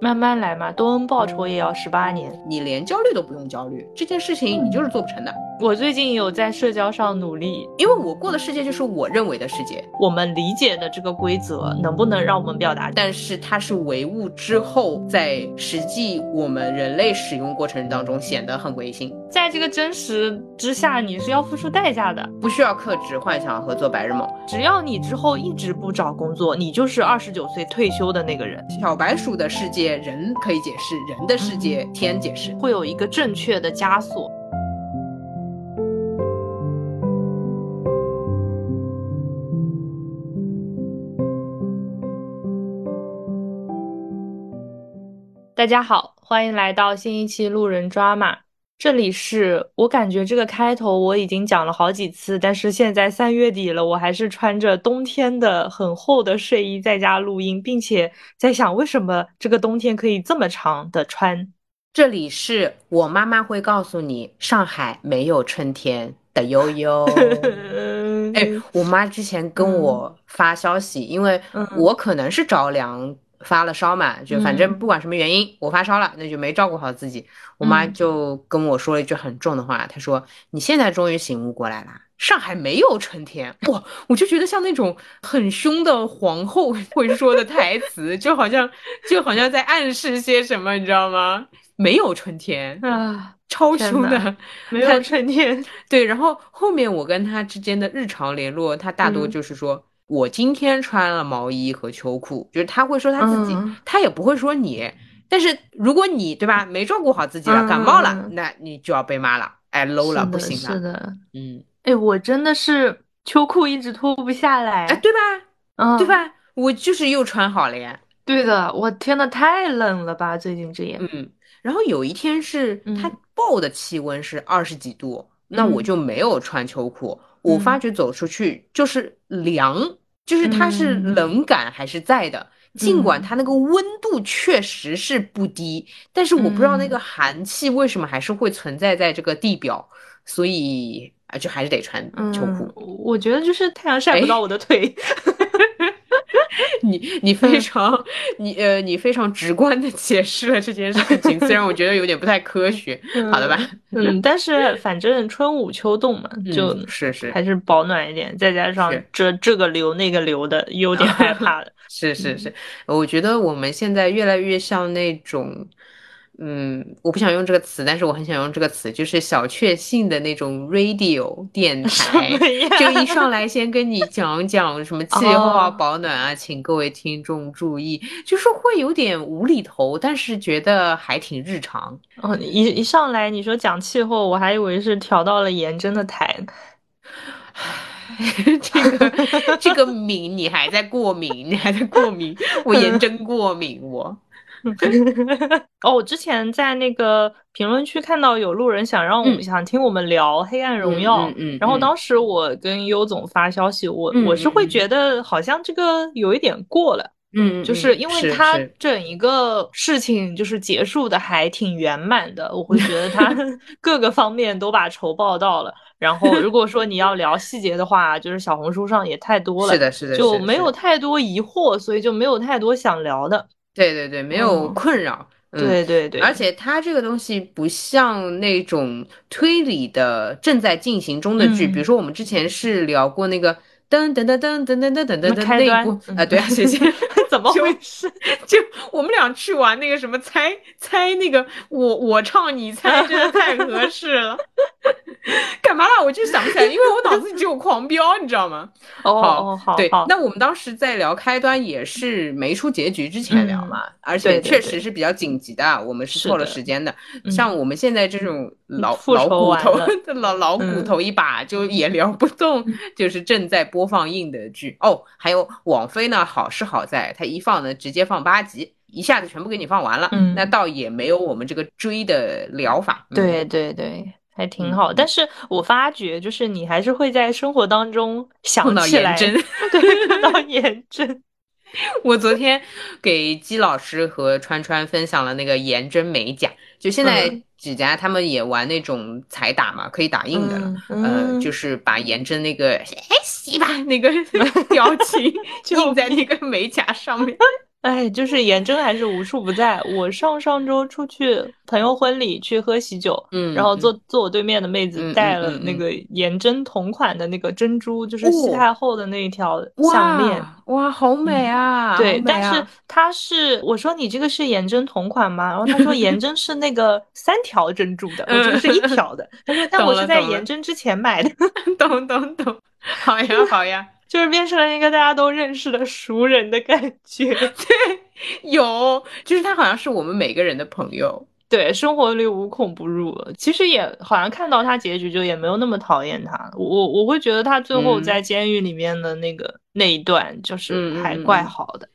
慢慢来嘛，多恩报仇也要18年。 你连焦虑都不用焦虑，这件事情你就是做不成的。 我最近有在社交上努力， 因为我过的世界就是我认为的世界， 我们理解的这个规则能不能让我们表达， 但是它是唯物之后在实际我们人类使用过程当中显得很违心。 在这个真实之下你是要付出代价的， 不需要克制幻想和做白日梦。 只要你之后一直不找工作，你就是29岁退休的那个人。 小白鼠的世界人可以解释，人的世界天解释， 会有一个正确的枷锁。大家好，欢迎来到新一期路人抓马。这里是我感觉这个开头我已经讲了好几次，但是现在3月底了，我还是穿着冬天的很厚的睡衣在家录音，并且在想为什么这个冬天可以这么长的穿。 这里是我妈妈会告诉你上海没有春天的悠悠。我妈之前跟我发消息，因为我可能是着凉发了烧嘛，就反正不管什么原因，我发烧了，那就没照顾好自己。我妈就跟我说了一句很重的话，她说你现在终于醒悟过来了，上海没有春天。哇，我就觉得像那种很凶的皇后会说的台词，就好像在暗示些什么，你知道吗？没有春天啊， 超凶的， 没有春天。 对，然后后面我跟他之间的日常联络，他大多就是说，我今天穿了毛衣和秋裤，就是他会说他自己，他也不会说你。但是如果你对吧，没照顾好自己了，感冒了，那你就要被骂了，哎，low 了，不行了。 是的，我真的是秋裤一直脱不下来， 哎，对吧？对吧？我就是又穿好了呀。 对的，我天呐，太冷了吧，最近这也。 然后有一天是它报的气温是20几度，那我就没有穿秋裤。我发觉走出去就是凉，就是它是冷感还是在的。尽管它那个温度确实是不低，但是我不知道那个寒气为什么还是会存在在这个地表，所以就还是得穿秋裤。 我觉得就是太阳晒不到我的腿。 你非常你非常直观的解释了这件事情，虽然我觉得有点不太科学，好的吧？ 但是反正春捂秋冻嘛，就是还是保暖一点，再加上这个流那个流的，有点害怕的。 是，我觉得我们现在越来越像那种。我不想用这个词，但是我很想用这个词，就是小确幸的那种 radio 电台，就一上来先跟你讲讲什么气候啊、保暖啊，请各位听众注意，就是会有点无厘头，但是觉得还挺日常。 一上来你说讲气候，我还以为是调到了颜真的台。 这个敏你还在过敏，我颜真过敏我。 我之前在那个评论区看到有路人想听我们聊《黑暗荣耀》，然后当时我跟优总发消息，我是会觉得好像这个有一点过了，就是因为他整一个事情就是结束的还挺圆满的，我会觉得他各个方面都把仇报到了。然后如果说你要聊细节的话，就是小红书上也太多了， 是的， 就没有太多疑惑，所以就没有太多想聊的。 对，没有困扰。 对， 而且它这个东西不像那种推理的正在进行中的剧，比如说我们之前是聊过那个噔噔噔噔噔噔噔噔噔的那一部啊，对啊，谢谢。 怎么回事？ 就我们俩去玩那个什么猜那个我唱你猜，真的太合适了。干嘛啦？我就想不起来，因为我脑子里只有狂飙，你知道吗？ 好， 对，那我们当时在聊开端也是没出结局之前聊嘛，而且确实是比较紧急的，我们是错了时间的。像我们现在这种老骨头老骨头一把就也聊不动，就是正在播放映的剧还有网飞呢，好是好在它一放呢直接放8集。一下子全部给你放完了，那倒也没有我们这个追的疗法。 对，还挺好。但是我发觉，就是你还是会在生活当中想起来，对，碰到颜真。 我昨天给姬老师和川川分享了那个颜真美甲，就现在指甲他们也玩那种彩打嘛，可以打印的了。就是把颜真那个洗吧那个表情印在那个美甲上面。 哎，就是颜真还是无处不在。我上上周出去朋友婚礼去喝喜酒，然后坐我对面的妹子戴了那个颜真同款的那个珍珠，就是西太后的那一条项链。 哇，好美啊！ 对，但是我说你这个是颜真同款吗？然后他说颜真是那个3条珍珠的，我这个是1条的。他说但我是在颜真之前买的。 懂，好呀好呀。 就是变成了一个大家都认识的熟人的感觉。 对，有，就是他好像是我们每个人的朋友。 对，生活里无孔不入。其实也好像看到他结局就也没有那么讨厌他。我会觉得他最后在监狱里面的那一段就是还怪好的。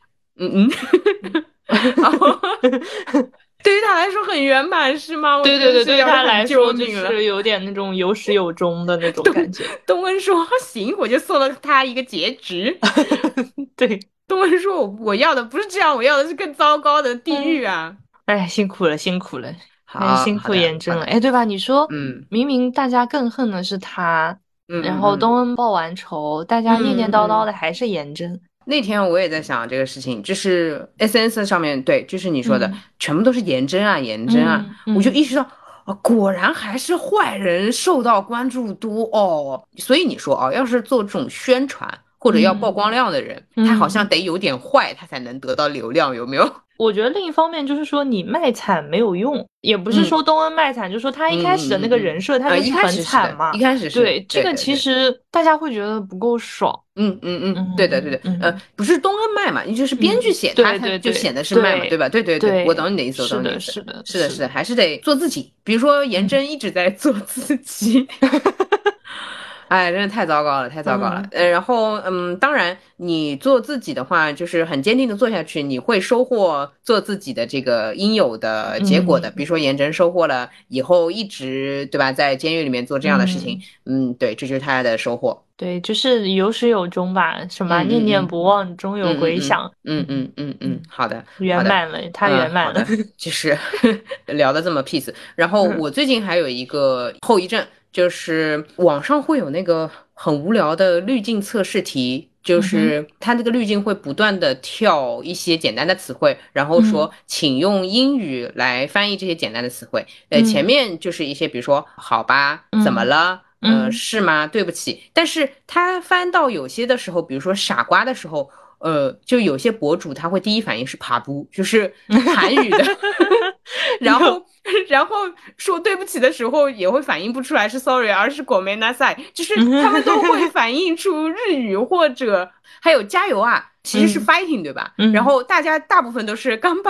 对于他来说很圆满是吗？ 对，对于他来说就是有点那种有始有终的那种感觉。 东恩说行，我就送了他一个结局。 对， 东恩说我要的不是这样，我要的是更糟糕的地狱啊。 哎，辛苦了，辛苦了， 好， 辛苦颜真了。哎，对吧？你说，明明大家更恨的是他，然后东恩报完仇，大家念念叨叨的还是颜真。 那天我也在想这个事情，就是 SNS 上面，对，就是你说的，全部都是颜真啊，颜真啊，我就意识到，果然还是坏人受到关注多哦。所以你说啊，要是做这种宣传或者要曝光量的人，他好像得有点坏，他才能得到流量，有没有？ 我觉得另一方面就是说，你卖惨没有用，也不是说东恩卖惨，就是说他一开始的那个人设，他就是很惨嘛。 一开始是对这个，其实大家会觉得不够爽。 对的，不是东恩卖嘛，你就是编剧写他就显得是卖嘛，对吧？对，我懂你的意思，我懂你的意思。是的，还是得做自己。比如说颜真一直在做自己。哎，真的太糟糕了，太糟糕了。然后，当然，你做自己的话，就是很坚定的做下去，你会收获做自己的这个应有的结果的。比如说，颜真收获了以后一直，对吧，在监狱里面做这样的事情，对，这就是他的收获。 对，就是有始有终吧，什么念念不忘，终有回响。 好的， 圆满了，他圆满了。 就是聊得这么 peace。然后我最近还有一个后遗症。就是网上会有那个很无聊的滤镜测试题，就是它那个滤镜会不断的跳一些简单的词汇，然后说请用英语来翻译这些简单的词汇。前面就是一些比如说好吧，怎么了，是吗，对不起。但是他翻到有些的时候，比如说傻瓜的时候，就有些博主他会第一反应是爬布，就是韩语的。然后说对不起的时候也会反应不出来是 sorry， 而是ごめんなさい，就是他们都会反映出日语或者还有加油啊，其实是 fighting 对吧？然后大家大部分都是干巴，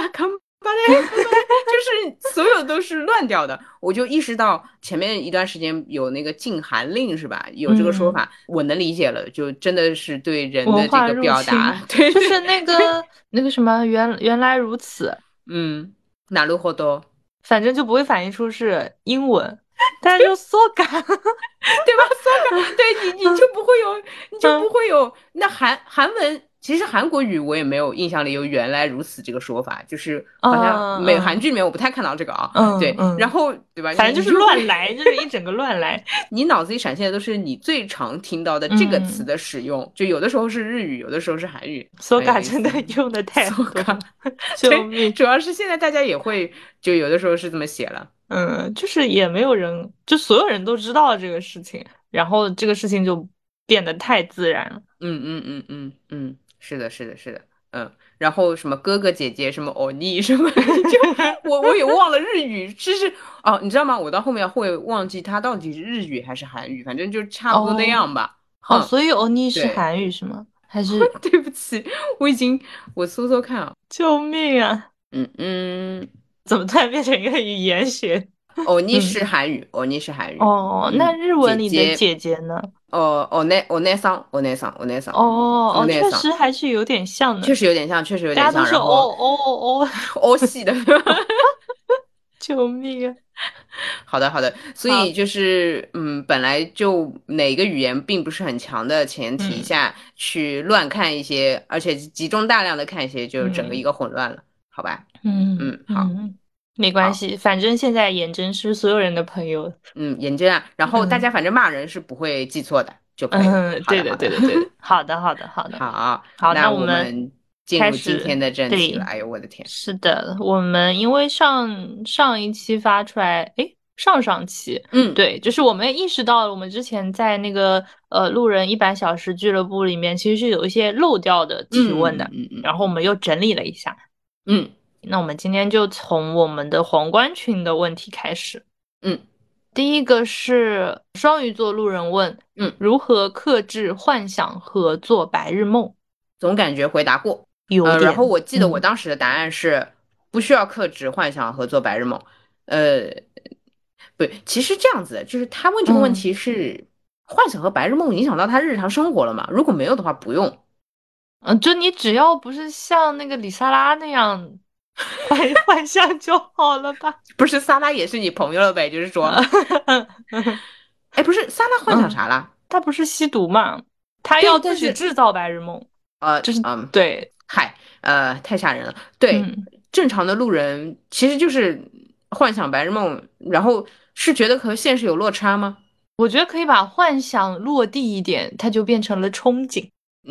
就是所有都是乱掉的。我就意识到前面一段时间有那个禁韩令是吧？有这个说法，我能理解了，就真的是对人的这个表达，对， 就是那个什么原来如此， なるほど。 反正就不会反映出是英文，但是就缩嘎，对吧？ 缩嘎，对你就不会有，那韩文其实韩国语我也没有印象里有原来如此这个说法，就是好像韩剧里面我不太看到这个啊，对，然后对吧？ 反正就是乱来，就是一整个乱来， 你脑子里闪现的都是你最常听到的这个词的使用，就有的时候是日语，有的时候是韩语。 缩嘎真的用的太多，救命！ 主要是现在大家也会，就有的时候是这么写了。 就是也没有人，就所有人都知道这个事情，然后这个事情就变得太自然了。 是的，然后什么哥哥姐姐，什么欧尼，什么就我也忘了日语，就是你知道吗？我到后面会忘记它到底是日语还是韩语，反正就差不多那样吧。 所以欧尼是韩语是吗？还是对不起，我搜搜看啊！ 救命啊！怎么突然变成一个语言学？ 欧尼是韩语，欧尼是韩语。 那日文里的姐姐呢？ お姉さん。 确实还是有点像的。 确实有点像。 大家都是欧系的。 救命啊！ 好的，所以就是本来就哪个语言并不是很强的前提下去乱看一些，而且集中大量的看一些，就整个一个混乱了，好吧？好。 没关系，反正现在颜真是所有人的朋友。 颜真啊，然后大家反正骂人是不会记错的，就可以了。 对的。好的。 好，那我们进入今天的正题了。哎呦我的天！ 是的，我们因为上一期发出来，上期，对，就是我们意识到了，我们之前在那个路人100小时俱乐部里面，其实是有一些漏掉的提问的，然后我们又整理了一下，那我们今天就从我们的皇冠群的问题开始，第一个是双鱼座路人问，如何克制幻想和做白日梦？ 总感觉回答过，然后我记得我当时的答案是不需要克制幻想和做白日梦。对，其实这样子，就是他问这个问题是幻想和白日梦影响到他日常生活了吗？如果没有的话，不用。 就你只要不是像那个李莎拉那样幻想就好了吧？ 不是，莎拉也是你朋友了呗？就是说，哎，不是，莎拉幻想啥啦？ 他不是吸毒嘛？他要自己制造白日梦。就是对， 嗨，太吓人了。对，正常的路人其实就是幻想白日梦，然后是觉得和现实有落差吗？ 我觉得可以把幻想落地一点，它就变成了憧憬。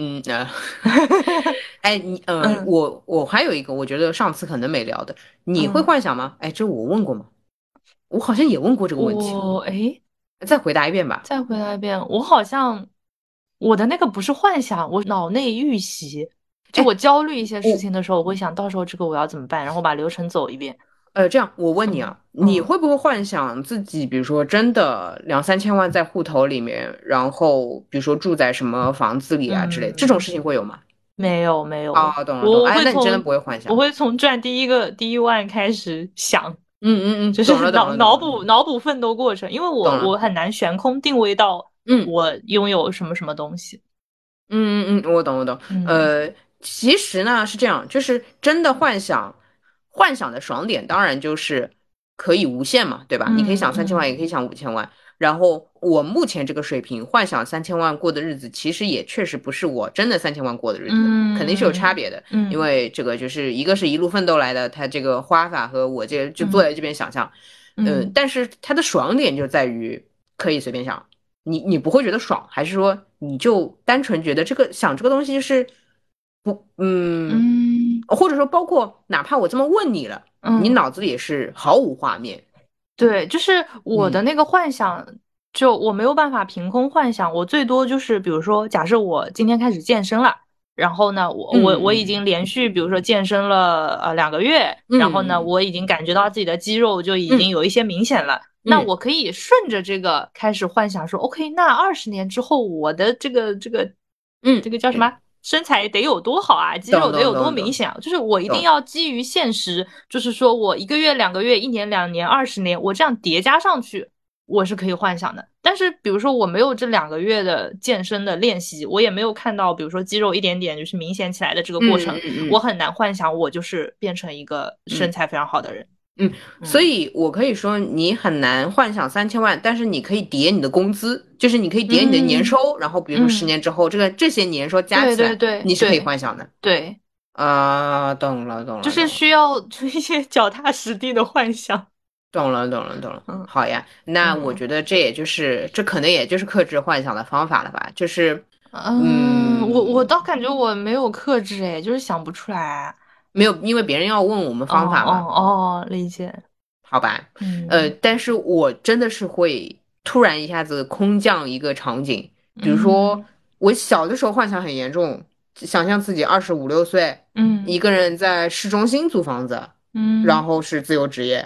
哎，我还有一个，我觉得上次可能没聊的，你会幻想吗？哎，这我问过吗？我好像也问过这个问题。再回答一遍吧。 再回答一遍，我好像我的那个不是幻想，我脑内预习，就我焦虑一些事情的时候，我会想到时候这个我要怎么办，然后把流程走一遍。 这样我问你啊，你会不会幻想自己，比如说真的2、3千万在户头里面，然后比如说住在什么房子里啊之类，这种事情会有吗？ 没有。 懂了。哎，那你真的不会幻想？ 我会从赚第一万开始想。 就是脑补奋斗过程，因为我很难悬空定位到我拥有什么什么东西。 我懂。其实呢是这样，就是真的幻想的爽点，当然就是可以无限嘛，对吧？你可以想3000万，也可以想5000万。然后我目前这个水平，幻想3000万过的日子，其实也确实不是我真的3000万过的日子，肯定是有差别的。因为这个就是一个是一路奋斗来的，他这个花法和我这就坐在这边想象，但是它的爽点就在于可以随便想，你不会觉得爽，还是说你就单纯觉得这个想这个东西就是不，或者说包括哪怕我这么问你了，你脑子里也是毫无画面。 对，就是我的那个幻想，就我没有办法凭空幻想，我最多就是比如说，假设我今天开始健身了，然后呢，我已经连续比如说健身了2个月，然后呢，我已经感觉到自己的肌肉就已经有一些明显了，那我可以顺着这个开始幻想说，OK，那20年之后我的这个这个叫什么？身材得有多好啊，肌肉得有多明显啊！就是我一定要基于现实，就是说我1个月、2个月、1年、2年、20年，我这样叠加上去，我是可以幻想的。但是比如说我没有这2个月的健身的练习，我也没有看到比如说肌肉一点点就是明显起来的这个过程，我很难幻想我就是变成一个身材非常好的人。 所以我可以说你很难幻想3000万，但是你可以叠你的工资，就是你可以叠你的年收，然后比如说10年之后，这些年收加起来，你是可以幻想的。 对， 懂了， 就是需要一些脚踏实地的幻想。 懂了。好呀，那我觉得这可能也就是克制幻想的方法了吧，就是我倒感觉我没有克制，就是想不出来。 没有，因为别人要问我们方法嘛。 理解。 好吧，但是我真的是会突然一下子空降一个场景，比如说我小的时候幻想很严重，想象自己25、26岁，一个人在市中心租房子，然后是自由职业，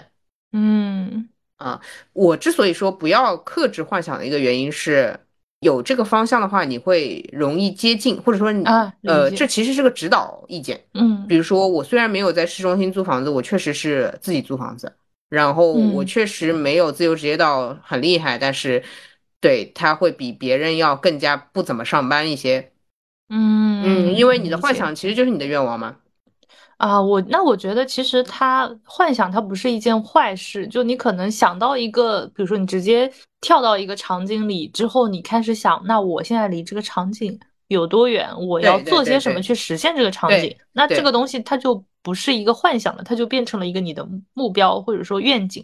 我之所以说不要克制幻想的一个原因是，有这个方向的话，你会容易接近，或者说这其实是个指导意见。比如说我虽然没有在市中心租房子，我确实是自己租房子，然后我确实没有自由职业到很厉害，但是对他会比别人要更加不怎么上班一些。因为你的幻想其实就是你的愿望嘛。 我觉得其实幻想它不是一件坏事，就你可能想到一个，比如说你直接跳到一个场景里之后，你开始想，那我现在离这个场景有多远，我要做些什么去实现这个场景，那这个东西它就不是一个幻想了，它就变成了一个你的目标或者说愿景。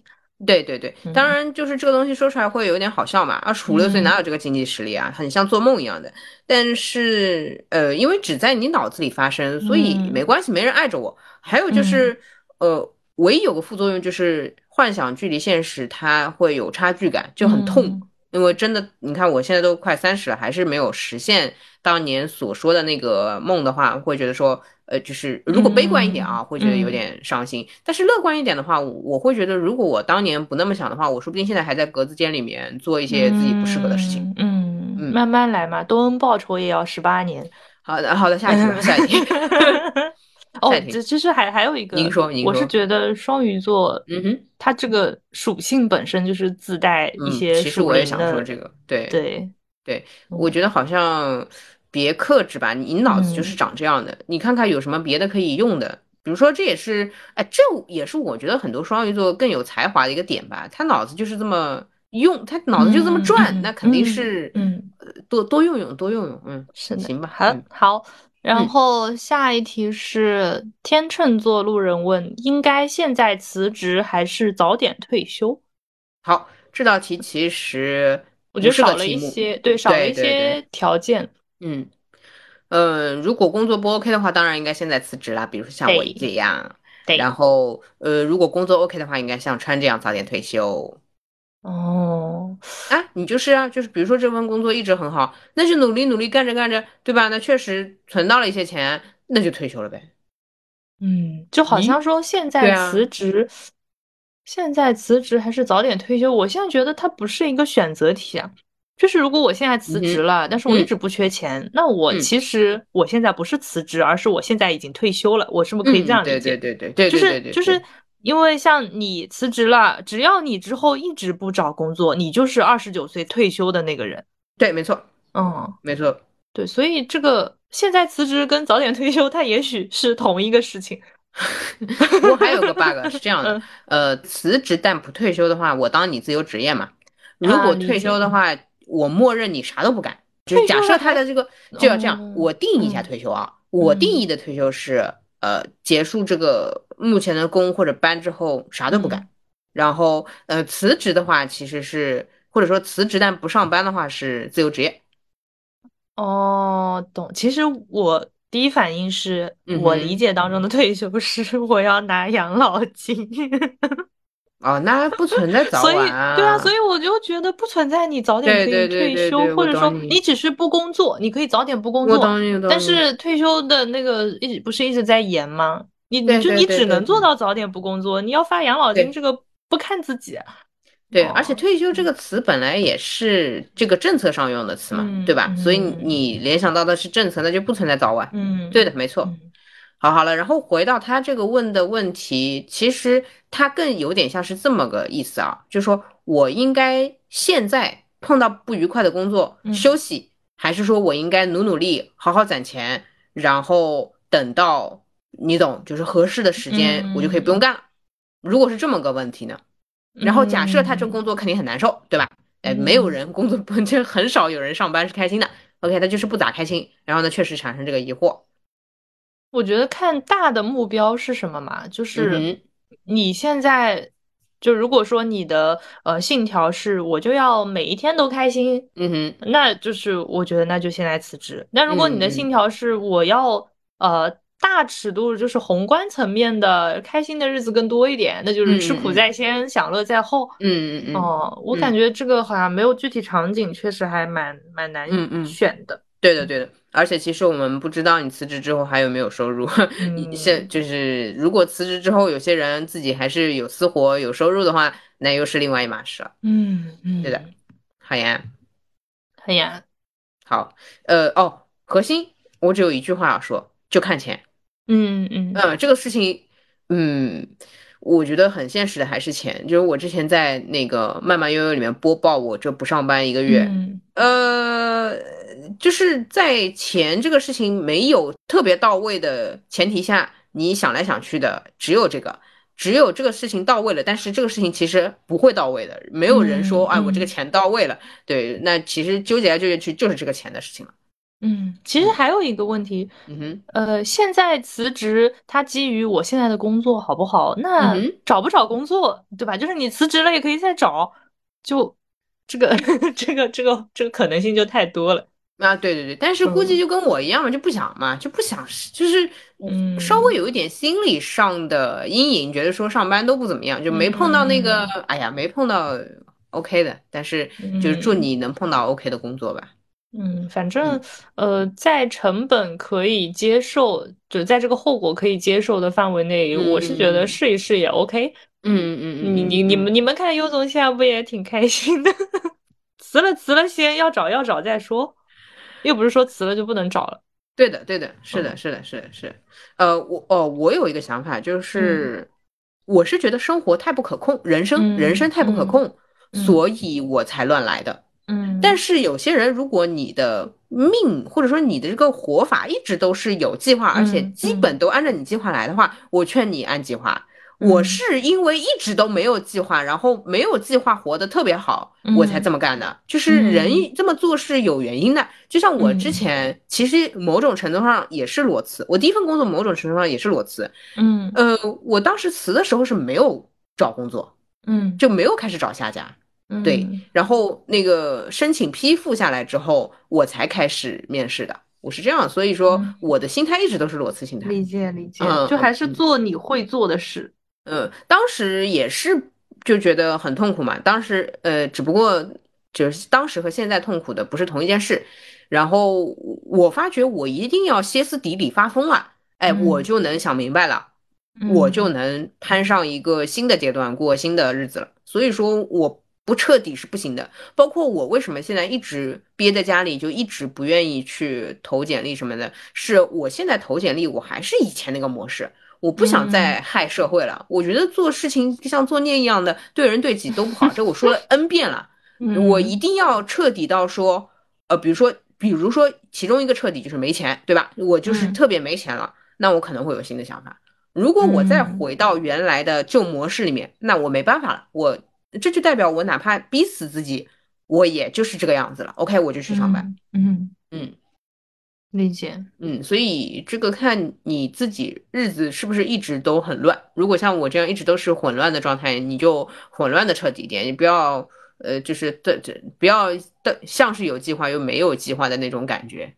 对对对，当然就是这个东西说出来会有点好笑嘛。25、26岁哪有这个经济实力啊？很像做梦一样的。但是因为只在你脑子里发生，所以没关系，没人碍着我。还有就是唯一有个副作用就是幻想距离现实它会有差距感，就很痛。因为真的，你看我现在都快30了，还是没有实现当年所说的那个梦的话，会觉得说。就是如果悲观一点啊，会觉得有点伤心。但是乐观一点的话，我会觉得，如果我当年不那么想的话，我说不定现在还在格子间里面做一些自己不适合的事情。 慢慢来嘛，多恩报仇也要18年。 好的，好的，下一题吧，下一题。 哦，其实还有一个， 您说， 我是觉得双鱼座，它这个属性本身就是自带一些其实我也想属灵的， 说这个，对对对，我觉得好像别克制吧，你脑子就是长这样的，你看看有什么别的可以用的，比如说这也是，哎，这也是我觉得很多双鱼座更有才华的一个点吧，他脑子就是这么用，他脑子就这么转，那肯定是，多用用，多用用， 是的， 行吧， 好。然后下一题是天秤座路人问：应该现在辞职还是早点退休？ 好，这道题其实我觉得少了一些，对，少了一些条件。 如果工作不 OK 的话，当然应该现在辞职啦，比如说像我这样。 对。 然后如果工作 OK 的话，应该像川这样早点退休。 哦， 啊，你就是啊，就是比如说这份工作一直很好，那就努力努力干着干着，对吧？那确实存到了一些钱，那就退休了呗。 就好像说现在辞职，现在辞职还是早点退休？我现在觉得它不是一个选择题啊。就是如果我现在辞职了，但是我一直不缺钱，那我其实我现在不是辞职，而是我现在已经退休了。我是不是可以这样理解？ 对， 就是因为像你辞职了，只要你之后一直不找工作，你就是29岁退休的那个人。 对，没错。没错。 对，所以这个现在辞职跟早点退休，它也许是同一个事情。 不过还有个 bug 是这样的，辞职但不退休的话，我当你自由职业嘛。如果退休的话，我默认你啥都不干。就是假设他的这个就要这样，我定义一下退休啊。我定义的退休是，结束这个目前的工或者班之后啥都不干。然后辞职的话其实是，或者说辞职但不上班的话是自由职业。 哦，懂。其实我第一反应是我理解当中的退休是我要拿养老金。 哦，那不存在早晚啊。 对啊，所以我就觉得不存在你早点可以退休，或者说你只是不工作，你可以早点不工作。但是退休的那个不是一直在延吗？你只能做到早点不工作，你要发养老金这个不看自己。 对，而且退休这个词本来也是这个政策上用的词嘛，对吧？所以你联想到的是政策，那就不存在早晚。对的，没错。好了，然后回到他这个问的问题，其实他更有点像是这么个意思啊，就是说我应该现在碰到不愉快的工作休息，还是说我应该努力好好攒钱，然后等到你懂，就是合适的时间我就可以不用干了。如果是这么个问题呢？然后假设他这个工作肯定很难受，对吧？没有人工作就很少有人上班是开心的。OK，他就是不咋开心，然后呢，确实产生这个疑惑。 我觉得看大的目标是什么嘛，就是你现在就如果说你的信条是我就要每一天都开心，那就是我觉得那就现在辞职。那如果你的信条是我要大尺度就是宏观层面的开心的日子更多一点，那就是吃苦在先，享乐在后。我感觉这个好像没有具体场景，确实还蛮难选的。 对的，而且其实我们不知道你辞职之后还有没有收入。就是如果辞职之后有些人自己还是有私活有收入的话，那又是另外一码事了。对的。好呀。好，核心我只有一句话要说，就看钱。这个事情，我觉得很现实的还是钱。就是我之前在那个慢慢悠悠里面播报我这不上班1个月，就是在钱这个事情没有特别到位的前提下，你想来想去的只有这个。只有这个事情到位了，但是这个事情其实不会到位的，没有人说，哎，我这个钱到位了。对，那其实纠结来纠结去就是这个钱的事情了。 其实还有一个问题，现在辞职，它基于我现在的工作好不好？那找不找工作，对吧？就是你辞职了也可以再找，就这个这个可能性就太多了。 啊，对对对，但是估计就跟我一样嘛，就不想嘛，就不想，就是稍微有一点心理上的阴影，觉得说上班都不怎么样，就没碰到那个，哎呀，没碰到 OK 的，但是就是祝你能碰到 OK 的工作吧。 反正在成本可以接受，就在这个后果可以接受的范围内，我是觉得试一试也 OK。你们看优总现在不也挺开心的？辞了先，要找再说，又不是说辞了就不能找了。 对的，对的，是的，是的，是的，是的。我有一个想法，就是我是觉得生活太不可控，人生太不可控，所以我才乱来的。但是有些人，如果你的命或者说你的这个活法一直都是有计划，而且基本都按照你计划来的话，我劝你按计划。我是因为一直都没有计划，然后没有计划活得特别好，我才这么干的。就是人这么做是有原因的。就像我之前，其实某种程度上也是裸辞，我第一份工作某种程度上也是裸辞。我当时辞的时候是没有找工作，就没有开始找下家。对，然后那个申请批复下来之后，我才开始面试的。我是这样，所以说我的心态一直都是裸辞心态。 理解理解，就还是做你会做的事。 当时也是就觉得很痛苦嘛。当时只不过就是当时和现在痛苦的不是同一件事。然后我发觉我一定要歇斯底里发疯了，哎，我就能想明白了，我就能攀上一个新的阶段，过新的日子了。所以说我不彻底是不行的。包括我为什么现在一直憋在家里，就一直不愿意去投简历什么的，是我现在投简历我还是以前那个模式。我不想再害社会了。我觉得做事情像作孽一样的，对人对己都不好。这我说了 N 遍了。我一定要彻底到说，比如说其中一个彻底就是没钱，对吧？我就是特别没钱了，那我可能会有新的想法。如果我再回到原来的旧模式里面，那我没办法了。这就代表我哪怕逼死自己，我也就是这个样子了。OK，我就去上班。嗯。 理解。 所以这个看你自己日子是不是一直都很乱。如果像我这样一直都是混乱的状态，你就混乱的彻底一点，你不要就是不要像是有计划又没有计划的那种感觉。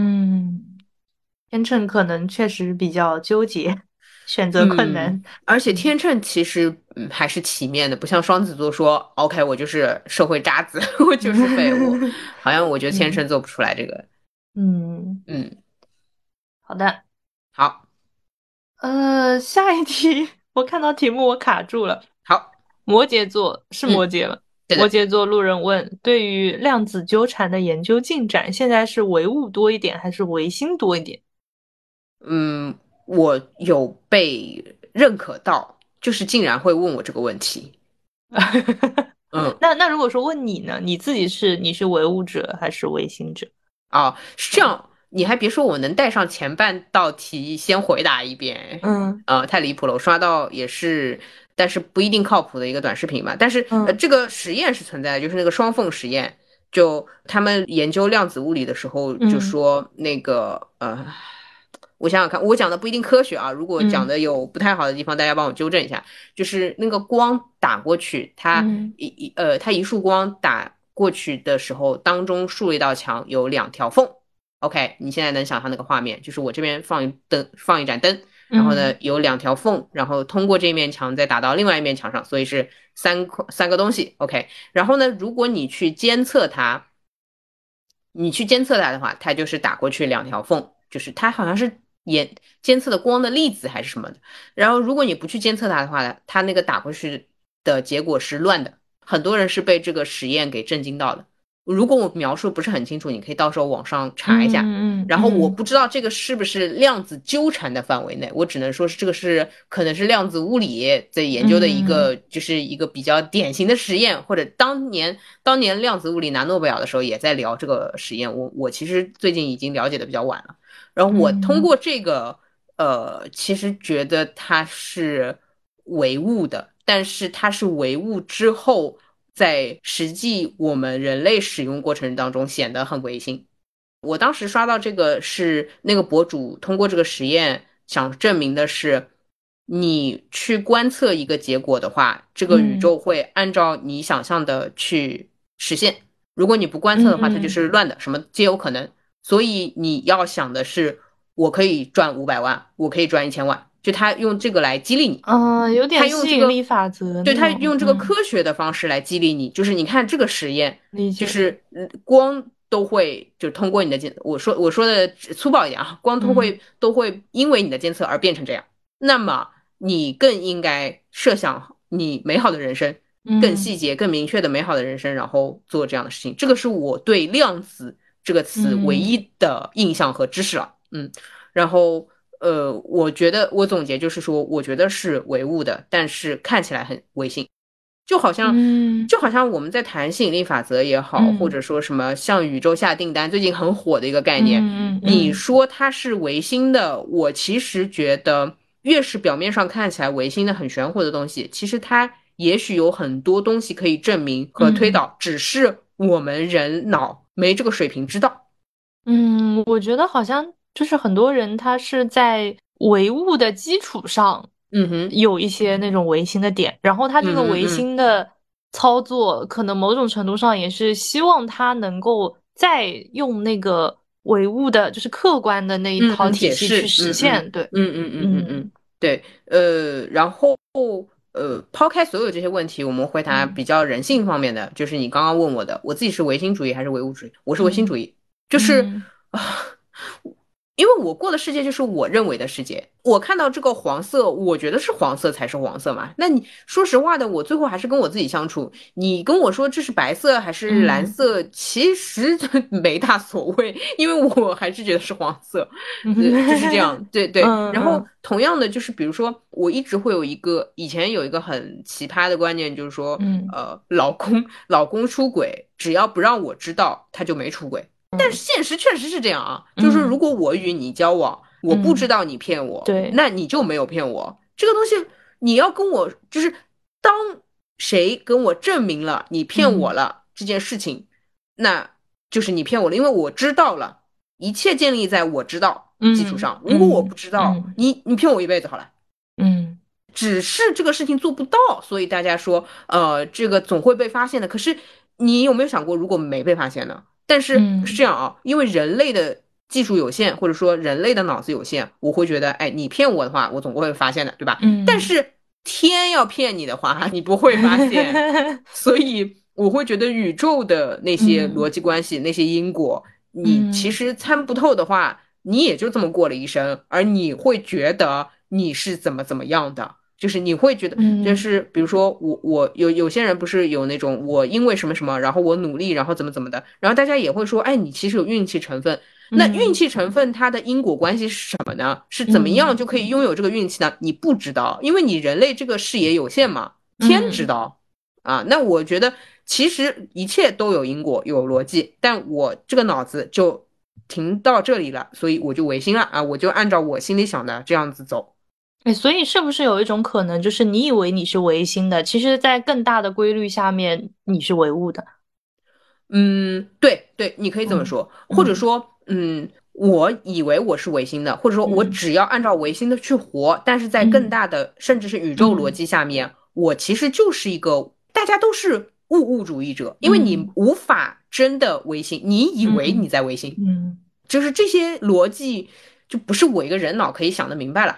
天秤可能确实比较纠结，选择困难。 而且天秤其实还是体面的，不像双子座说 OK 我就是社会渣子，我就是废物。好像我觉得天秤做不出来这个。 好的。 好。 下一题，我看到题目我卡住了。 好。 摩羯座是摩羯了。 对的。 摩羯座路人问：对于量子纠缠的研究进展，现在是唯物多一点还是唯心多一点？ 我有被认可到，就是竟然会问我这个问题。 那如果说问你呢？你是唯物者还是唯心者？ 是这样。你还别说，我能带上前半道题先回答一遍。太离谱了，我刷到也是，但是不一定靠谱的一个短视频吧。但是这个实验是存在的，就是那个双缝实验，就他们研究量子物理的时候就说那个我想想看，我讲的不一定科学啊，如果讲的有不太好的地方，大家帮我纠正一下。就是那个光打过去，它一束光打过去的时候，当中竖了一道墙，有两条缝。OK，你现在能想象那个画面，就是我这边放一盏灯，然后呢有两条缝，然后通过这面墙再打到另外一面墙上，所以是三个东西。OK，然后呢，如果你去监测它的话，它就是打过去两条缝，就是它好像是监测的光的粒子还是什么的。然后如果你不去监测它的话，它那个打过去的结果是乱的。很多人是被这个实验给震惊到的。如果我描述不是很清楚，你可以到时候网上查一下。然后我不知道这个是不是量子纠缠的范围内，我只能说是这个是可能是量子物理在研究的一个，就是一个比较典型的实验，或者当年量子物理拿诺贝尔的时候也在聊这个实验。我其实最近已经了解的比较晚了。然后我通过这个其实觉得它是唯物的，但是它是唯物之后，在实际我们人类使用过程当中显得很违心。 我当时刷到这个是那个博主通过这个实验想证明的是，你去观测一个结果的话，这个宇宙会按照你想象的去实现。如果你不观测的话，它就是乱的，什么皆有可能。所以你要想的是，我可以赚500万，我可以赚1000万，就他用这个来激励你。 有点吸引力法则对， 那种。 他用这个科学的方式来激励你，就是你看这个实验，就是光都会就通过你的监，我说的粗暴一点啊，光都会因为你的监测而变成这样。那么你更应该设想你美好的人生，更细节、更明确的美好的人生，然后做这样的事情。这个是我对量子这个词唯一的印象和知识了。然后我觉得我总结就是说，我觉得是唯物的，但是看起来很唯心，就好像我们在谈吸引力法则也好，或者说什么向宇宙下订单，最近很火的一个概念。你说它是唯心的，我其实觉得越是表面上看起来唯心的很玄乎的东西，其实它也许有很多东西可以证明和推导，只是我们人脑没这个水平知道。 我觉得好像就是很多人他是在唯物的基础上，有一些那种唯心的点，然后他这个唯心的操作，可能某种程度上也是希望他能够再用那个唯物的，就是客观的那一套体系去实现。对， 对，然后抛开所有这些问题，我们回答比较人性方面的，就是你刚刚问我的，我自己是唯心主义还是唯物主义？我是唯心主义，就是因为我过的世界就是我认为的世界，我看到这个黄色，我觉得是黄色才是黄色嘛。那你说实话的，我最后还是跟我自己相处。你跟我说这是白色还是蓝色，其实没大所谓，因为我还是觉得是黄色，就是这样。对对。然后同样的，就是比如说，我一直会有以前有一个很奇葩的观念，就是说，老公出轨，只要不让我知道，他就没出轨。但是现实确实是这样啊，就是如果我与你交往，我不知道你骗我，那你就没有骗我。这个东西你要跟我，就是当谁跟我证明了你骗我了这件事情，那就是你骗我了，因为我知道了，一切建立在我知道基础上。如果我不知道，你骗我一辈子好了。只是这个事情做不到，所以大家说，这个总会被发现的。可是你有没有想过，如果没被发现呢？但是是这样啊，因为人类的技术有限，或者说人类的脑子有限，我会觉得，哎，你骗我的话，我总会发现的，对吧？但是天要骗你的话，你不会发现。所以我会觉得宇宙的那些逻辑关系、那些因果，你其实参不透的话，你也就这么过了一生，而你会觉得你是怎么样的。就是你会觉得，就是比如说我有些人不是有那种我因为什么什么，然后我努力，然后怎么的，然后大家也会说，哎，你其实有运气成分。那运气成分它的因果关系是什么呢？是怎么样就可以拥有这个运气呢？你不知道，因为你人类这个视野有限嘛，天知道啊。那我觉得其实一切都有因果有逻辑，但我这个脑子就停到这里了，所以我就违心了啊，我就按照我心里想的这样子走。 所以是不是有一种可能，就是你以为你是唯心的，其实在更大的规律下面你是唯物的？ 对对，你可以这么说，或者说，我以为我是唯心的，或者说我只要按照唯心的去活，但是在更大的甚至是宇宙逻辑下面，我其实就是一个大家都是物主义者，因为你无法真的唯心，你以为你在唯心，就是这些逻辑就不是我一个人脑可以想得明白了。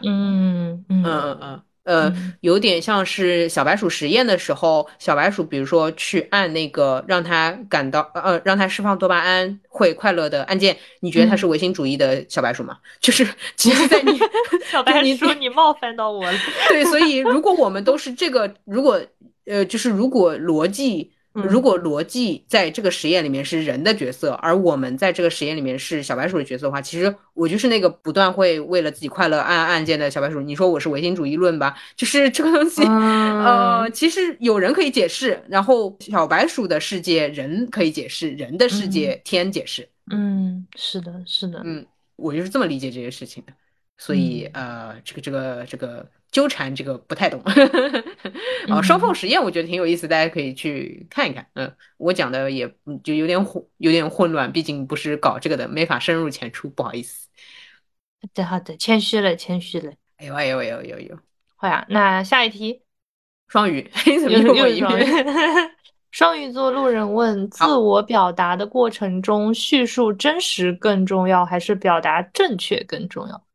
有点像是小白鼠实验的时候，小白鼠比如说去按那个让它让它释放多巴胺会快乐的按键，你觉得它是唯心主义的小白鼠吗？就是其实，在你小白鼠，你冒犯到我了。 对，所以如果我们都是这个，如果逻辑在这个实验里面是人的角色，而我们在这个实验里面是小白鼠的角色的话，其实我就是那个不断会为了自己快乐按按键的小白鼠。你说我是唯心主义论吧？就是这个东西，其实有人可以解释，然后小白鼠的世界人可以解释，人的世界天解释。 是的，是的， 我就是这么理解这些事情的。所以这个纠缠这个不太懂。双缝实验我觉得挺有意思，大家可以去看一看。我讲的也就有点混乱，毕竟不是搞这个的，没法深入浅出，不好意思。 好的好的，谦虚了谦虚了。 哎呦哎呦哎呦哎呦哎呦！ 好呀，那下一题。 双鱼，你怎么又我一又是双鱼。 遍？ 双鱼座路人问：自好， 我表达的过程中，叙述真实更重要，还是表达正确更重要？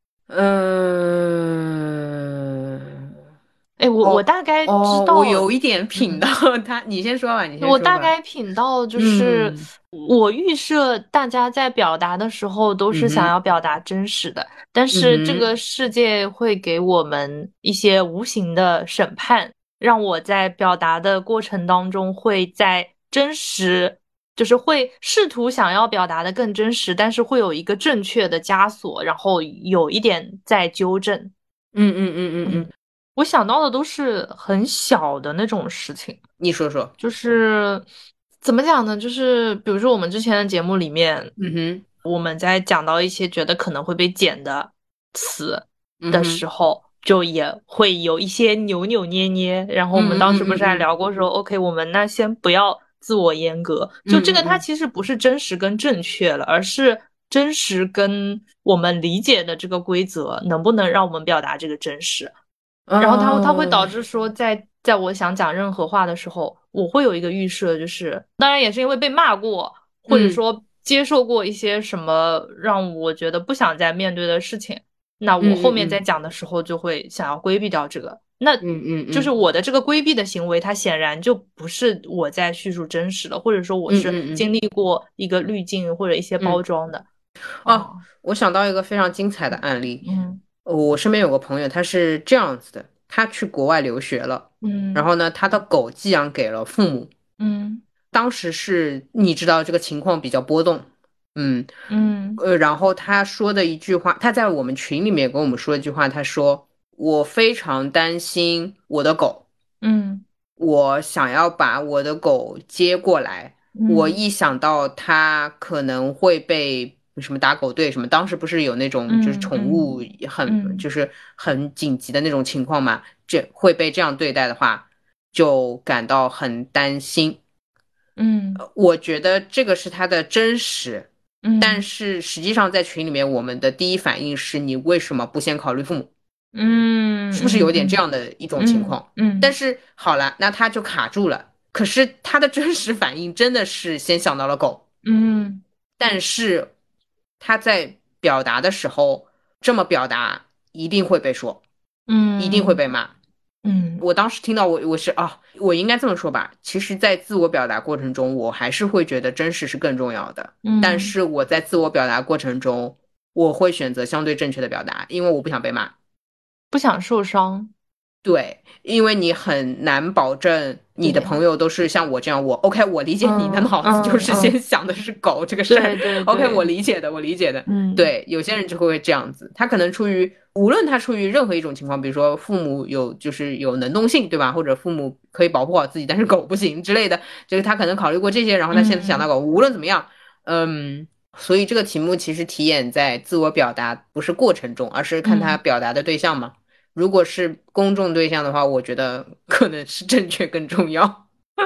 嗯， 哎，我大概知我道。 有一点品到嗯， 他，你先说吧，你先说吧。 我大概品到，就是嗯我预设大家在表达的时候都是想嗯哼要表达真实的，但嗯是这个哼世界会给我们一些无形的审判，让我在表达的过程当中会在真实，就是会试图想要表达的更真实，但是会有一个正确的枷锁，然后有一点在纠正。 嗯嗯嗯嗯嗯， 嗯， 我想到的都是很小的那种事情。 你说说。 就是怎么讲呢？就是比如说我们之前的节目里面， 嗯哼我们在讲到一些觉得可能会被剪的词的时嗯哼候，就也会有一些扭扭捏捏。然后我们嗯嗯当时不是还嗯嗯聊过说，OK，我们那先不要自我阉割，就这个它嗯嗯其实不是真实跟正确了，而是真实跟我们理解的这个规则能不能让我们表达这个真实。然后它会导嗯致说在我想讲任何话的时候，我会有一个预设，就是当然也是因为被骂过，或者嗯说接受过一些什么让我觉得不想再面对的事情，那我后面在嗯嗯讲的时候就会想要规避掉这个，那嗯嗯就是嗯我的这个规避的行为，它显然就不是我在叙述真实的，或者说我是嗯嗯嗯经历过一个滤镜或者一些包嗯。 装的。 哦， 哦。 我想到一个非常精彩的案例。 嗯我身边有个朋友，他是这样子的，他去国外留学了，然嗯后呢，他的狗寄养给了父母。 嗯当时是你知道这个情况比较波动。嗯嗯然后他说的一句话，他在我们群里面跟我们说一句话，他说我非常担心我的狗， 嗯我想要把我的狗接过来，我嗯一想到它可能会被什么打狗队什么，当时不是有那种就是嗯宠物嗯嗯就是很紧急的那种情况嘛，这会被这样对待的话，就感到很担心。 嗯我觉得这个是他的真实，但嗯是实际上在群里面，我们的第一反应是你为什么不先考虑父母？ 嗯是不是有点这嗯嗯样的一种情嗯况？但嗯是好了，那他就卡住了。可是他的真实反应真的是先想到了狗， 嗯但是他在表达的时候这么表达，一定会被说，一定会嗯被骂。 嗯我当时听到我是我应该这么说吧。其实，在自我表达过程中，我还是会觉得真实是更重要的。但嗯， 是我在自我表达过程中，我会选择相对正确的表达，因为我不想被骂。 不想受伤。 对，因为你很难保证你的对。 朋友都是像我这样，我 OK，我理解你的嗯脑子就是先嗯嗯， 想的是狗这个事儿对对 ，OK，我对。 理解的，我理解的。 嗯对，有些人就会这样子，他可能无论他出于任何一种情况，比如说父母就是有能动性，对吧？或者父母可以保护好自己，但是狗不行之类的，就是他可能考虑过这些，然后他现在想到嗯狗，无论怎么样，所以这个题目其实题眼在自我表达，不是过程中，而是看他嗯， 表达的对象嘛。如果是公众对象的话，我觉得可能是正确更重要。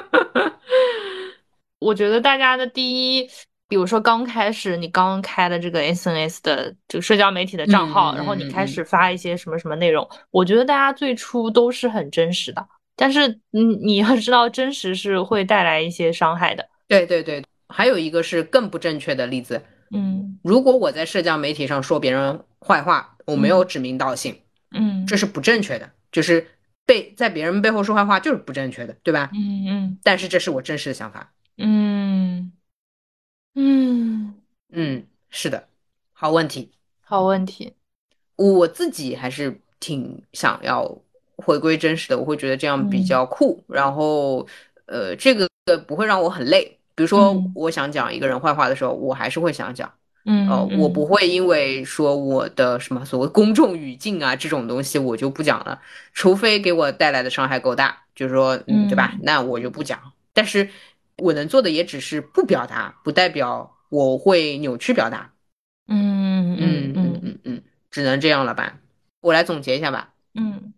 我觉得大家的第一，比如说刚开始你刚开了这个 SNS 的这个社交媒体的嗯账号，然后你嗯嗯嗯， 开始发一些什么什么内容，我觉得大家最初都是很真实的，但是你要知道，真实是会带来一些伤害的。 对对对。还有一个是更不正确的例子， 嗯如果我在社交媒体上说别人坏话，我没有嗯指名道姓，这嗯是不正确的，就是在别人背后说坏话就是不正确的，对吧？ 嗯嗯但是这是我真实的想法。 嗯嗯， 嗯，是的，好问题。 好问题。 我自己还是挺想要回归真实的，我会觉得这样比嗯较酷。然后，这个不会让我很累。比如说， 嗯我想讲一个人坏话的时候，我还是会想讲。我不嗯嗯会因为说我的什么所谓公众语境啊这种东西我就不讲了，除非给我带来的伤害够大，就是说，对吧？ 嗯那我就不讲。但是我能做的也只是不表达，不代表我会扭曲表达。 嗯嗯嗯只能这样了吧？我来总结一下吧。 嗯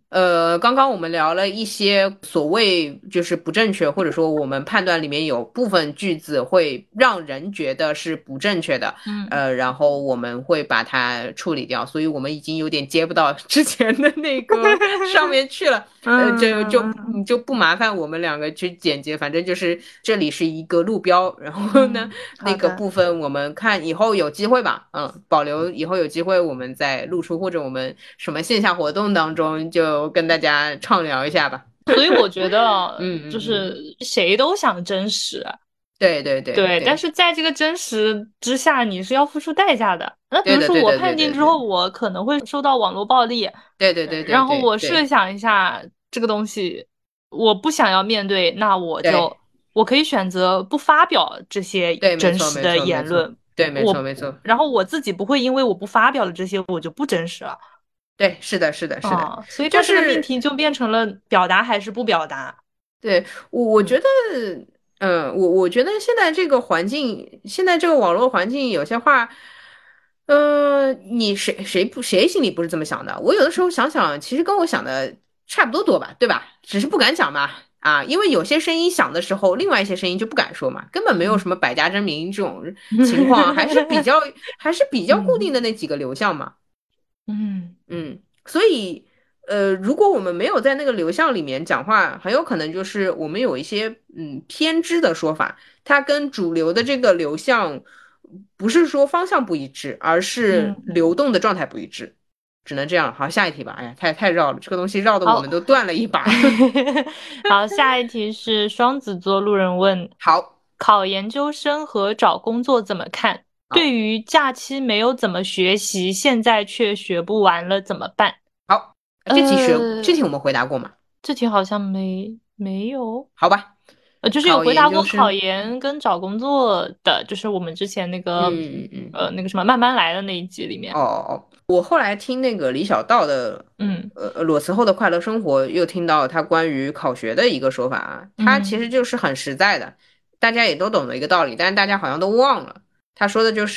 刚刚我们聊了一些所谓就是不正确，或者说我们判断里面有部分句子会让人觉得是不正确的，然后我们会把它处理掉，所以我们已经有点接不到之前的那个上面去了，就不麻烦我们两个去剪辑，反正就是这里是一个路标，然后呢，那个部分我们看以后有机会吧，保留以后有机会我们再露出，或者我们什么线下活动当中就跟大家畅聊一下吧。 所以我觉得，就是谁都想真实， 对对对对，但是在这个真实之下，你是要付出代价的。那比如说我判定之后，我可能会受到网络暴力， 对对对对， 然后我设想一下这个东西，我不想要面对，那我可以选择不发表这些真实的言论， 对，没错没错。 然后我自己不会因为我不发表了这些，我就不真实了。 对，是的，是的，是的， 所以它这个命题就变成了表达还是不表达。 对，我觉得，我觉得现在这个环境，现在这个网络环境，有些话，你谁心里不是这么想的？我有的时候想想，其实跟我想的差不多吧，对吧？只是不敢讲嘛，因为有些声音想的时候，另外一些声音就不敢说嘛，根本没有什么百家争鸣这种情况，还是比较固定的那几个流向嘛。所以，如果我们没有在那个流向里面讲话，很有可能就是我们有一些偏支的说法，它跟主流的这个流向不是说方向不一致，而是流动的状态不一致，只能这样。好，下一题吧。哎呀，太绕了，这个东西绕的我们都断了一把。 好，下一题是双子座路人问： 好， 考研究生和找工作怎么看？对于假期没有怎么学习，现在却学不完了，怎么办？ 好，这题我们回答过吗？ 这题好像没有。 好吧， 就是有回答过考研跟找工作的，就是我们之前那个那个什么慢慢来的那一集里面。 我后来听那个李小道的，裸辞后的快乐生活，又听到他关于考学的一个说法啊，他其实就是很实在的，大家也都懂的一个道理，但是大家好像都忘了。他说的就是，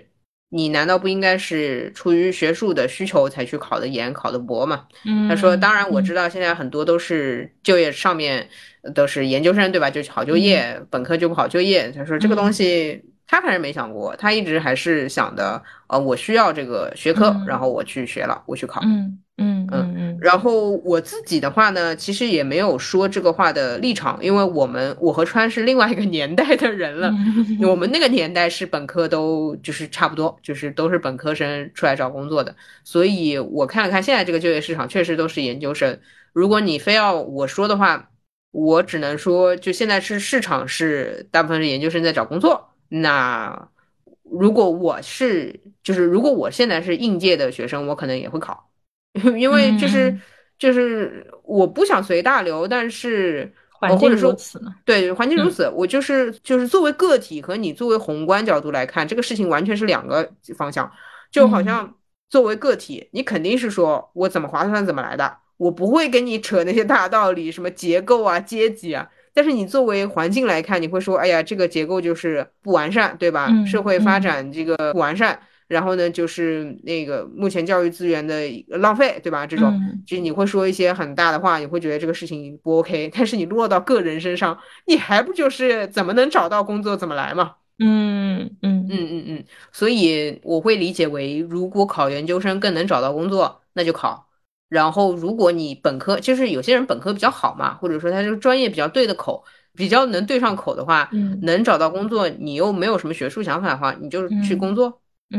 你难道不应该是出于学术的需求才去考的研、考的博吗？他说，当然我知道现在很多都是就业上面都是研究生，对吧？就好就业，本科就不好就业。他说这个东西他反正没想过，他一直还是想的，我需要这个学科，然后我去学了，我去考。然后我自己的话呢，其实也没有说这个话的立场，因为我和川是另外一个年代的人了，我们那个年代是本科都就是差不多，就是都是本科生出来找工作的，所以我看了看现在这个就业市场，确实都是研究生。如果你非要我说的话，我只能说，就现在是市场是大部分是研究生在找工作，那如果如果我现在是应届的学生，我可能也会考。因为就是我不想随大流，但是环境如此呢？ 对，环境如此，我就是作为个体和你作为宏观角度来看，这个事情完全是两个方向。就好像作为个体，你肯定是说我怎么划算怎么来的，我不会跟你扯那些大道理，什么结构啊、阶级啊。但是你作为环境来看，你会说，哎呀，这个结构就是不完善，对吧？社会发展这个不完善。然后呢，就是那个目前教育资源的浪费，对吧？这种就是你会说一些很大的话，你会觉得这个事情不 OK，但是你落到个人身上，你还不就是怎么能找到工作怎么来嘛？所以我会理解为，如果考研究生更能找到工作，那就考。然后如果你本科，就是有些人本科比较好嘛，或者说他这个专业比较对的口，比较能对上口的话，能找到工作，你又没有什么学术想法的话，你就去工作。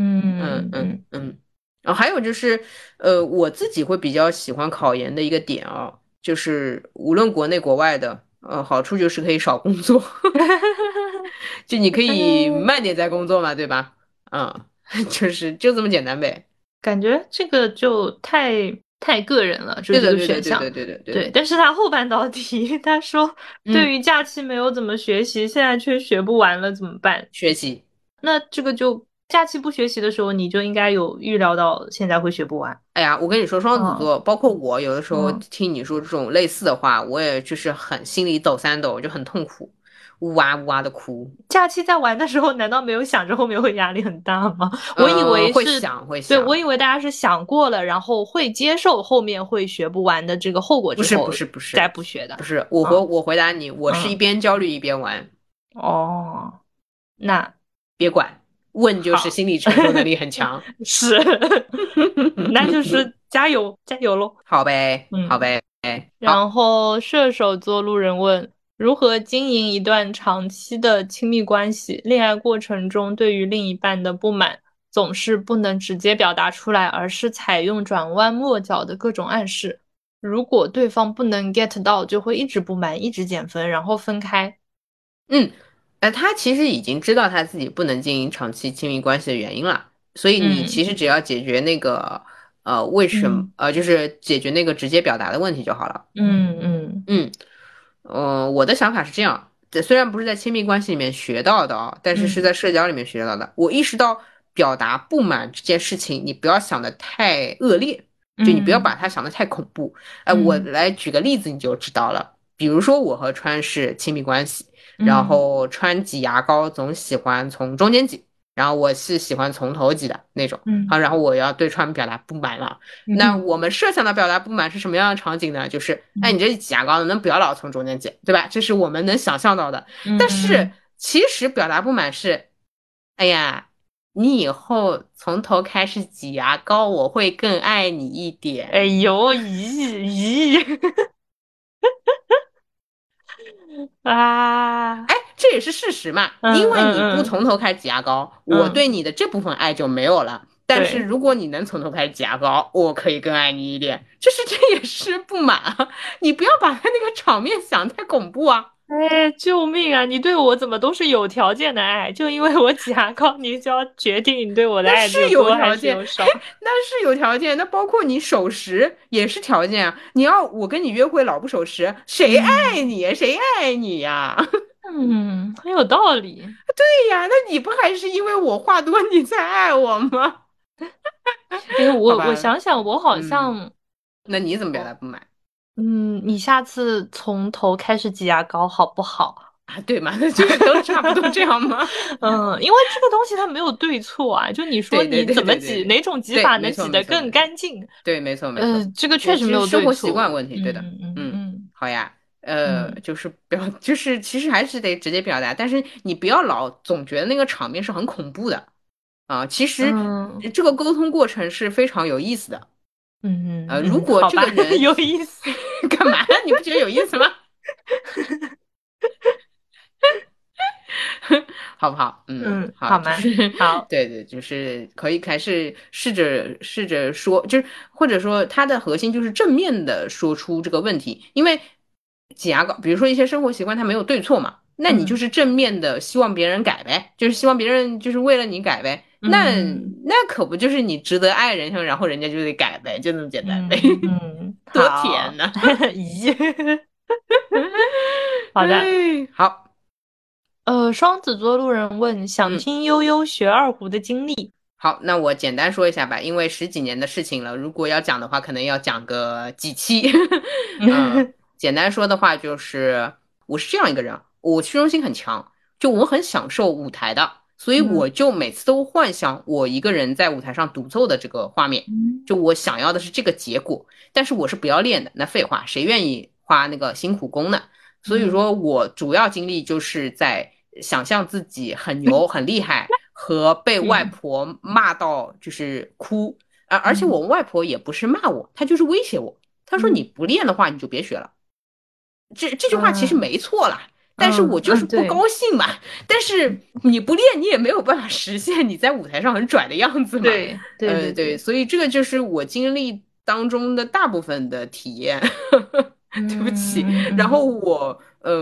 然后还有就是，我自己会比较喜欢考研的一个点啊，就是无论国内国外的，好处就是可以少工作，就你可以慢点在工作嘛，对吧？就这么简单呗。 感觉这个就太个人了，就这个选项。 对， 但是他后半道题，他说对于假期没有怎么学习，现在却学不完了，怎么办？ 学习。 那这个就假期不学习的时候，你就应该有预料到现在会学不完。 哎呀，我跟你说，双子座，包括我，有的时候听你说这种类似的话，我也就是很心里抖三抖，就很痛苦。 呜哇呜哇的哭。 假期在玩的时候，难道没有想着后面会压力很大吗？我以为会是， 想会对， 想。 我以为大家是想过了，然后会接受后面会学不完的这个后果之后再不学的。 不是，我回答你，我是一边焦虑一边玩。 哦，那别管，问就是好， 心理承受能力很强。 是，那就是加油加油喽。 好呗，好嗯， 呗，好。 然后射手座路人问：如何经营一段长期的亲密关系？恋爱过程中对于另一半的不满总是不能直接表达出来，而是采用转弯抹角的各种暗示。如果对方不能 get 到，就会一直不满，一直减分，然后分开。 嗯，他其实已经知道他自己不能经营长期亲密关系的原因了，所以你嗯其实只要解决那个为什么嗯就是解决那个直接表达的问题就好了。 嗯嗯嗯，我的想法是这样，这虽然不是在亲密关系里面学到的啊，但是是嗯在社交里面学到的。我意识到表达不满这件事情，你不要想的太恶劣，就你不要把嗯它想的太恐怖。我嗯来举个例子你就知道了。比如说我和川是亲密关系，然嗯后川挤牙膏总喜欢从中间挤，然后我是喜欢从头挤的那种。好， 嗯然后我要对川表达不满了。那嗯我们设想的表达不满是什么样的场景呢？就是，哎， 嗯你这挤牙膏能不要老从中间挤，对吧？这是我们能想象到的。但是嗯， 其实表达不满是，哎呀，你以后从头开始挤牙膏，我会更爱你一哎点。 呦，咦咦啊！ 这也是事实嘛，因嗯为你不嗯从头开始挤牙膏，我嗯对你的这部分爱就没有了。但是对， 如果你能从头开始挤牙膏，我可以更爱你一点。这也是不满啊，你不要把他那个场面想太恐怖啊。 哎，救命啊！你对我怎么都是有条件的爱？就因为我挤牙膏，你就要决定你对我的那是有爱有多还条件， 是有少？ 那是有条件，那包括你守时也是条件啊。你要我跟你约会老不守时，谁爱嗯你？谁爱你呀？ 嗯，很有道理。 对呀，那你不还是因为我话多你才爱我吗？ 哎，我好吧， 想想，我好嗯， 像， 那你怎么表达哦， 不满？ 你下次从头开始挤牙膏好不好？ 啊？对嘛，那这个都差不多这样吗？ 因为这个东西它没有对错啊，就你说你对对对怎么挤， 对对对哪种挤对， 法能没错挤得更没错没错， 干净？ 对，没错没错， 这个确实其实没有对生活习惯错。 问题，对的。嗯， 嗯好呀， 嗯就是就是其实还是得直接表达，但是你不要老总觉得那个场面是很恐怖的啊，其实嗯这个沟通过程是非常有意思的。如果好吧， 这个人有意思。 干嘛？你不觉得有意思吗？好不好？好， 好吗？ 就是好， 对对，就是可以还是试着说，就是或者说它的核心就是正面的说出这个问题，因为挤牙膏，比如说一些生活习惯，它没有对错嘛，那你就嗯是正面的希望别人改呗，就是希望别人就是为了你改呗， 嗯那可不就是你值得爱人，然后人家就得改呗，就这么简单呗，多甜好， 呢。 咦，好的。 哎，好。 双子座路人问，想嗯。 听悠悠学二胡的经历。 好，那我简单说一下吧，因为十几年的事情了，如果要讲的话，可能要讲个几期。嗯，简单说的话就是，我是这样一个人，我虚荣心很强，就我很享受舞台的，所以我嗯就每次都幻想我一个人在舞台上独奏的这个画面， 嗯就我想要的是这个结果，但是我是不要练的，那废话，谁愿意花那个辛苦工呢？所以嗯说我主要精力就是在想象自己很牛很厉害。和被外嗯婆骂到就是哭，而且嗯我外婆也不是骂我，她就是威胁我。她说你嗯不练的话，你就别学了。这句话其实嗯没错啦，但是我就是不对高兴嘛。但是你不练，你也没有办法实现你在舞台上很拽的样子嘛。 对对对对， 对， 所以这个就是我经历当中的大部分的体验。对不起，然后我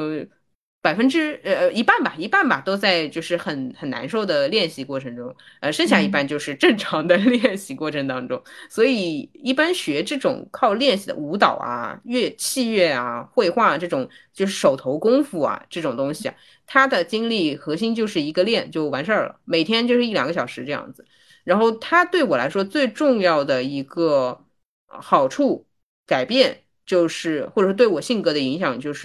一半吧，一半吧，都在就是很难受的练习过程中，剩下一嗯半就是正常的练习过程当中。所以一般学这种靠练习的舞蹈啊、器乐啊、绘画这种就是手头功夫啊这种东西啊，它的精力核心就是一个练就完事儿了，每天就是1-2个小时这样子。然后它对我来说最重要的一个好处改变就是，或者说对我性格的影响就是。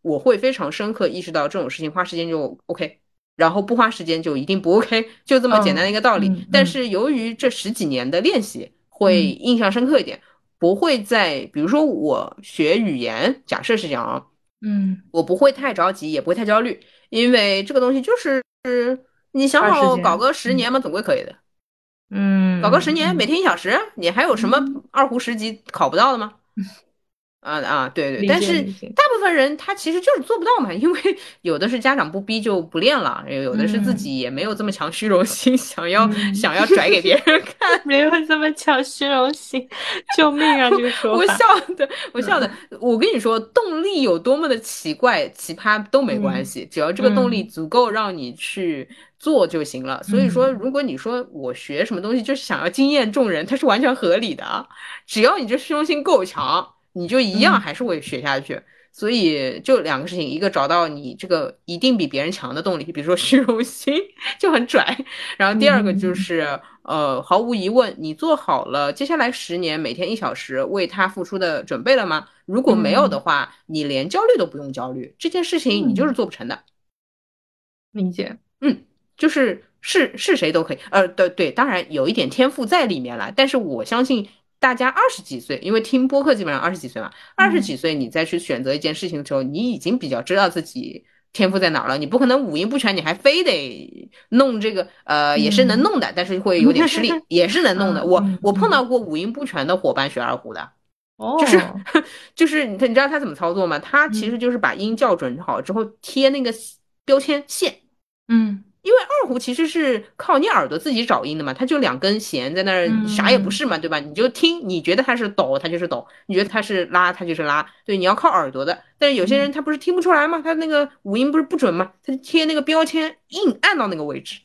我会非常深刻意识到这种事情花时间就 OK，然后不花时间就一定不 OK，就这么简单的一个道理。但是由于这10几年的练习，会印象深刻一点，不会在比如说我学语言，假设是这样啊，我不会太着急，也不会太焦虑，因为这个东西就是你想好搞个10年嘛，总归可以的。搞个10年，每天1小时，你还有什么2胡10级考不到的吗？对对，但是大部分人他其实就是做不到嘛，因为有的是家长不逼就不练了，有的是自己也没有这么强虚荣心，想要拽给别人看， 没有这么强虚荣心，救命啊！这个说法， 我笑的，我跟你说，动力有多么的奇怪奇葩都没关系，只要这个动力足够让你去做就行了。所以说，如果你说我学什么东西就是想要惊艳众人，它是完全合理的，只要你这虚荣心够强。你就一样还是会学下去，所以就2个事情，一个找到你这个一定比别人强的动力，比如说虚荣心就很拽，然后第二个就是毫无疑问，你做好了接下来10年每天1小时为他付出的准备了吗？如果没有的话，你连焦虑都不用焦虑，这件事情你就是做不成的。 理解， 就是谁都可以，对，当然有一点天赋在里面了，但是我相信。大家20几岁，因为听播客基本上20几岁嘛，20几岁你再去选择一件事情的时候，你已经比较知道自己天赋在哪儿了。你不可能五音不全，你还非得弄这个，也是能弄的，但是会有点吃力，也是能弄的。我碰到过五音不全的伙伴学二胡的，就是你知道他怎么操作吗？他其实就是把音校准好之后贴那个标签线，因为二胡其实是靠你耳朵自己找音的嘛，它就2根弦在那儿，啥也不是嘛，对吧？你就听，你觉得它是哆，它就是哆；你觉得它是拉，它就是拉。对，你要靠耳朵的。但是有些人他不是听不出来吗？他那个五音不是不准吗？他就贴那个标签，硬按到那个位置。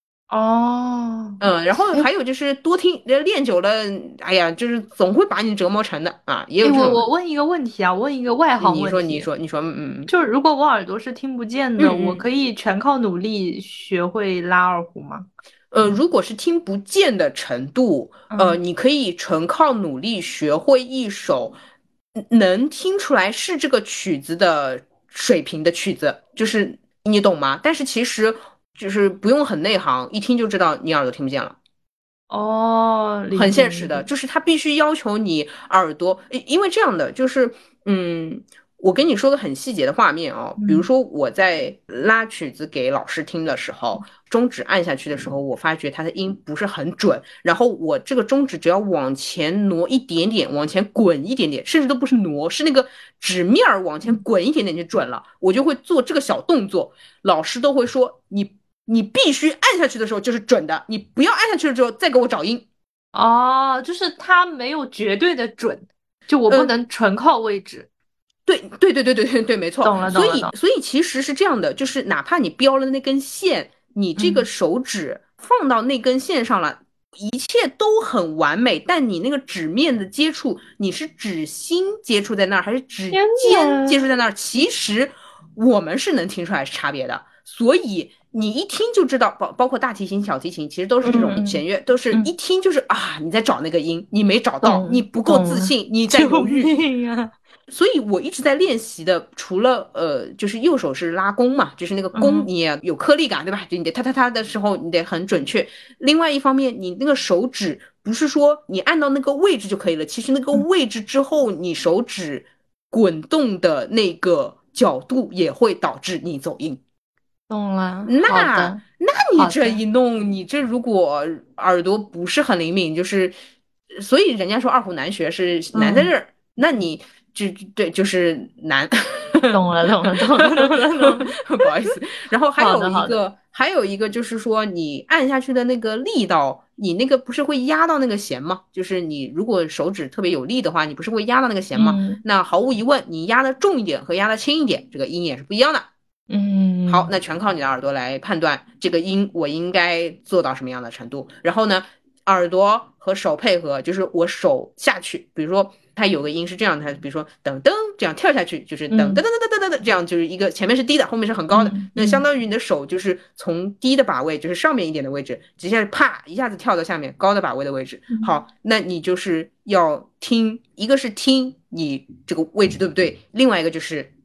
然后还有就是多听，练久了，哎呀，就是总会把你折磨成的啊。也有这种。 我问一个问题啊，我问一个外行问题。 你说， 就是如果我耳朵是听不见的，我可以全靠努力学会拉二胡吗？ 如果是听不见的程度，你可以纯靠努力学会一首能听出来是这个曲子的水平的曲子，就是你懂吗？但是其实就是不用很内行，一听就知道你耳朵听不见了。很现实的，就是他必须要求你耳朵，因为这样的就是，我跟你说个很细节的画面哦，比如说我在拉曲子给老师听的时候，中指按下去的时候，我发觉它的音不是很准，然后我这个中指只要往前挪一点点，往前滚一点点，甚至都不是挪，是那个指面往前滚一点点就准了，我就会做这个小动作，老师都会说你必须按下去的时候就是准的，你不要按下去了之后再给我找音。 就是它没有绝对的准，就我不能纯靠位置。 对，没错。 懂了。 所以其实是这样的，就是哪怕你标了那根线，你这个手指放到那根线上了，一切都很完美，但你那个指面的接触，你是指心接触在那儿，还是指尖接触在那儿？其实我们是能听出来是差别的。所以你一听就知道，包括大提琴、小提琴，其实都是这种弦乐，都是一听就是你在找那个音，你没找到，你不够自信，你在犹豫。所以我一直在练习的，除了就是右手是拉弓嘛，就是那个弓你也有颗粒感，对吧？就你得踏的时候，你得很准确。另外一方面，你那个手指不是说你按到那个位置就可以了，其实那个位置之后，你手指滚动的那个角度也会导致你走音。 懂了。 那你这一弄，你这如果耳朵不是很灵敏，就是所以人家说二胡难学是难在这儿，那你。对，就是难。 懂了。 不好意思。然后还有一个就是说，你按下去的那个力道，你那个不是会压到那个弦吗？就是你如果手指特别有力的话，你不是会压到那个弦吗？那毫无疑问，你压的重一点和压的轻一点，这个音也是不一样的。好，那全靠你的耳朵来判断这个音我应该做到什么样的程度。然后呢，耳朵和手配合，就是我手下去，比如说它有个音是这样，它比如说噔噔这样跳下去，就是噔噔噔噔噔噔，这样就是一个前面是低的，后面是很高的，那相当于你的手就是从低的把位，就是上面一点的位置，直接啪一下子跳到下面高的把位的位置。好，那你就是要听，一个是听你这个位置对不对，另外一个就是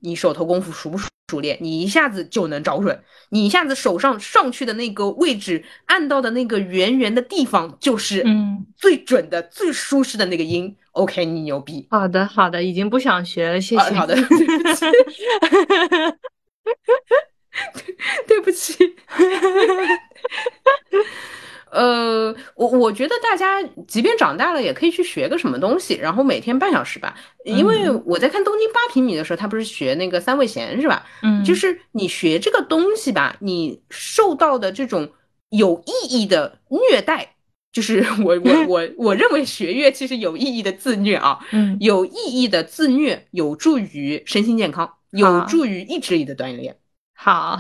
你手头功夫熟不熟练，你一下子就能找准，你一下子手上上去的那个位置，按到的那个圆圆的地方，就是最准的、最舒适的那个音。OK， 你牛逼。 好的，好的，已经不想学了，谢谢。 好的，对不起。我觉得大家即便长大了，也可以去学个什么东西，然后每天半小时吧。因为我在看《东京8平米》的时候，他不是学那个三味弦是吧？就是你学这个东西吧，你受到的这种有意义的虐待，就是我认为学乐器是有意义的自虐啊。有意义的自虐有助于身心健康，有助于意志力的锻炼。 好，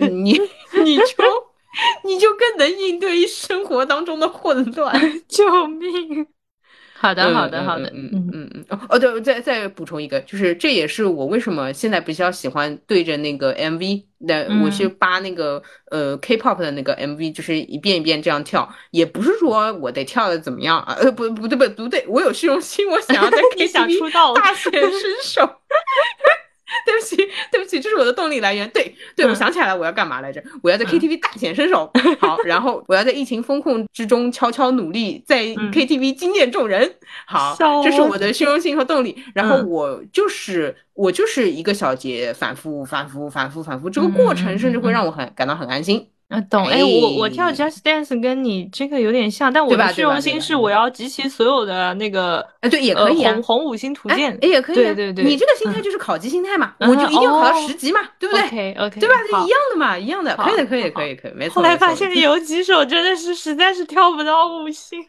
你就更能应对生活当中的混乱。 救命！好的，好的，好的。 对，再补充一个，就是这也是我为什么现在比较喜欢对着那个 MV 的，我去扒那个K-pop 的那个 MV，就是一遍一遍这样跳，也不是说我得跳的怎么样啊，不对，我有虚荣心，我想要在 KTV 大显身手。对不起，这是我的动力来源。对，我想起来了，我要干嘛来着？我要在 KTV 大显身手。好，然后我要在疫情风控之中悄悄努力，在 KTV 惊艳众人。好，这是我的虚荣心和动力。然后我就是一个小节反复，这个过程甚至会让我感到很安心。 懂。我跳 Just Dance 跟你这个有点像，但我的虚荣心是我要集齐所有的那个对，也可以红五星图鉴， 也可以对， 你这个心态就是考级心态嘛，我就一定要考到10级嘛，对不对？ OK， 对吧？一样的嘛，一样的，可以，没错。 后来发现有几首真的是实在是跳不到5星。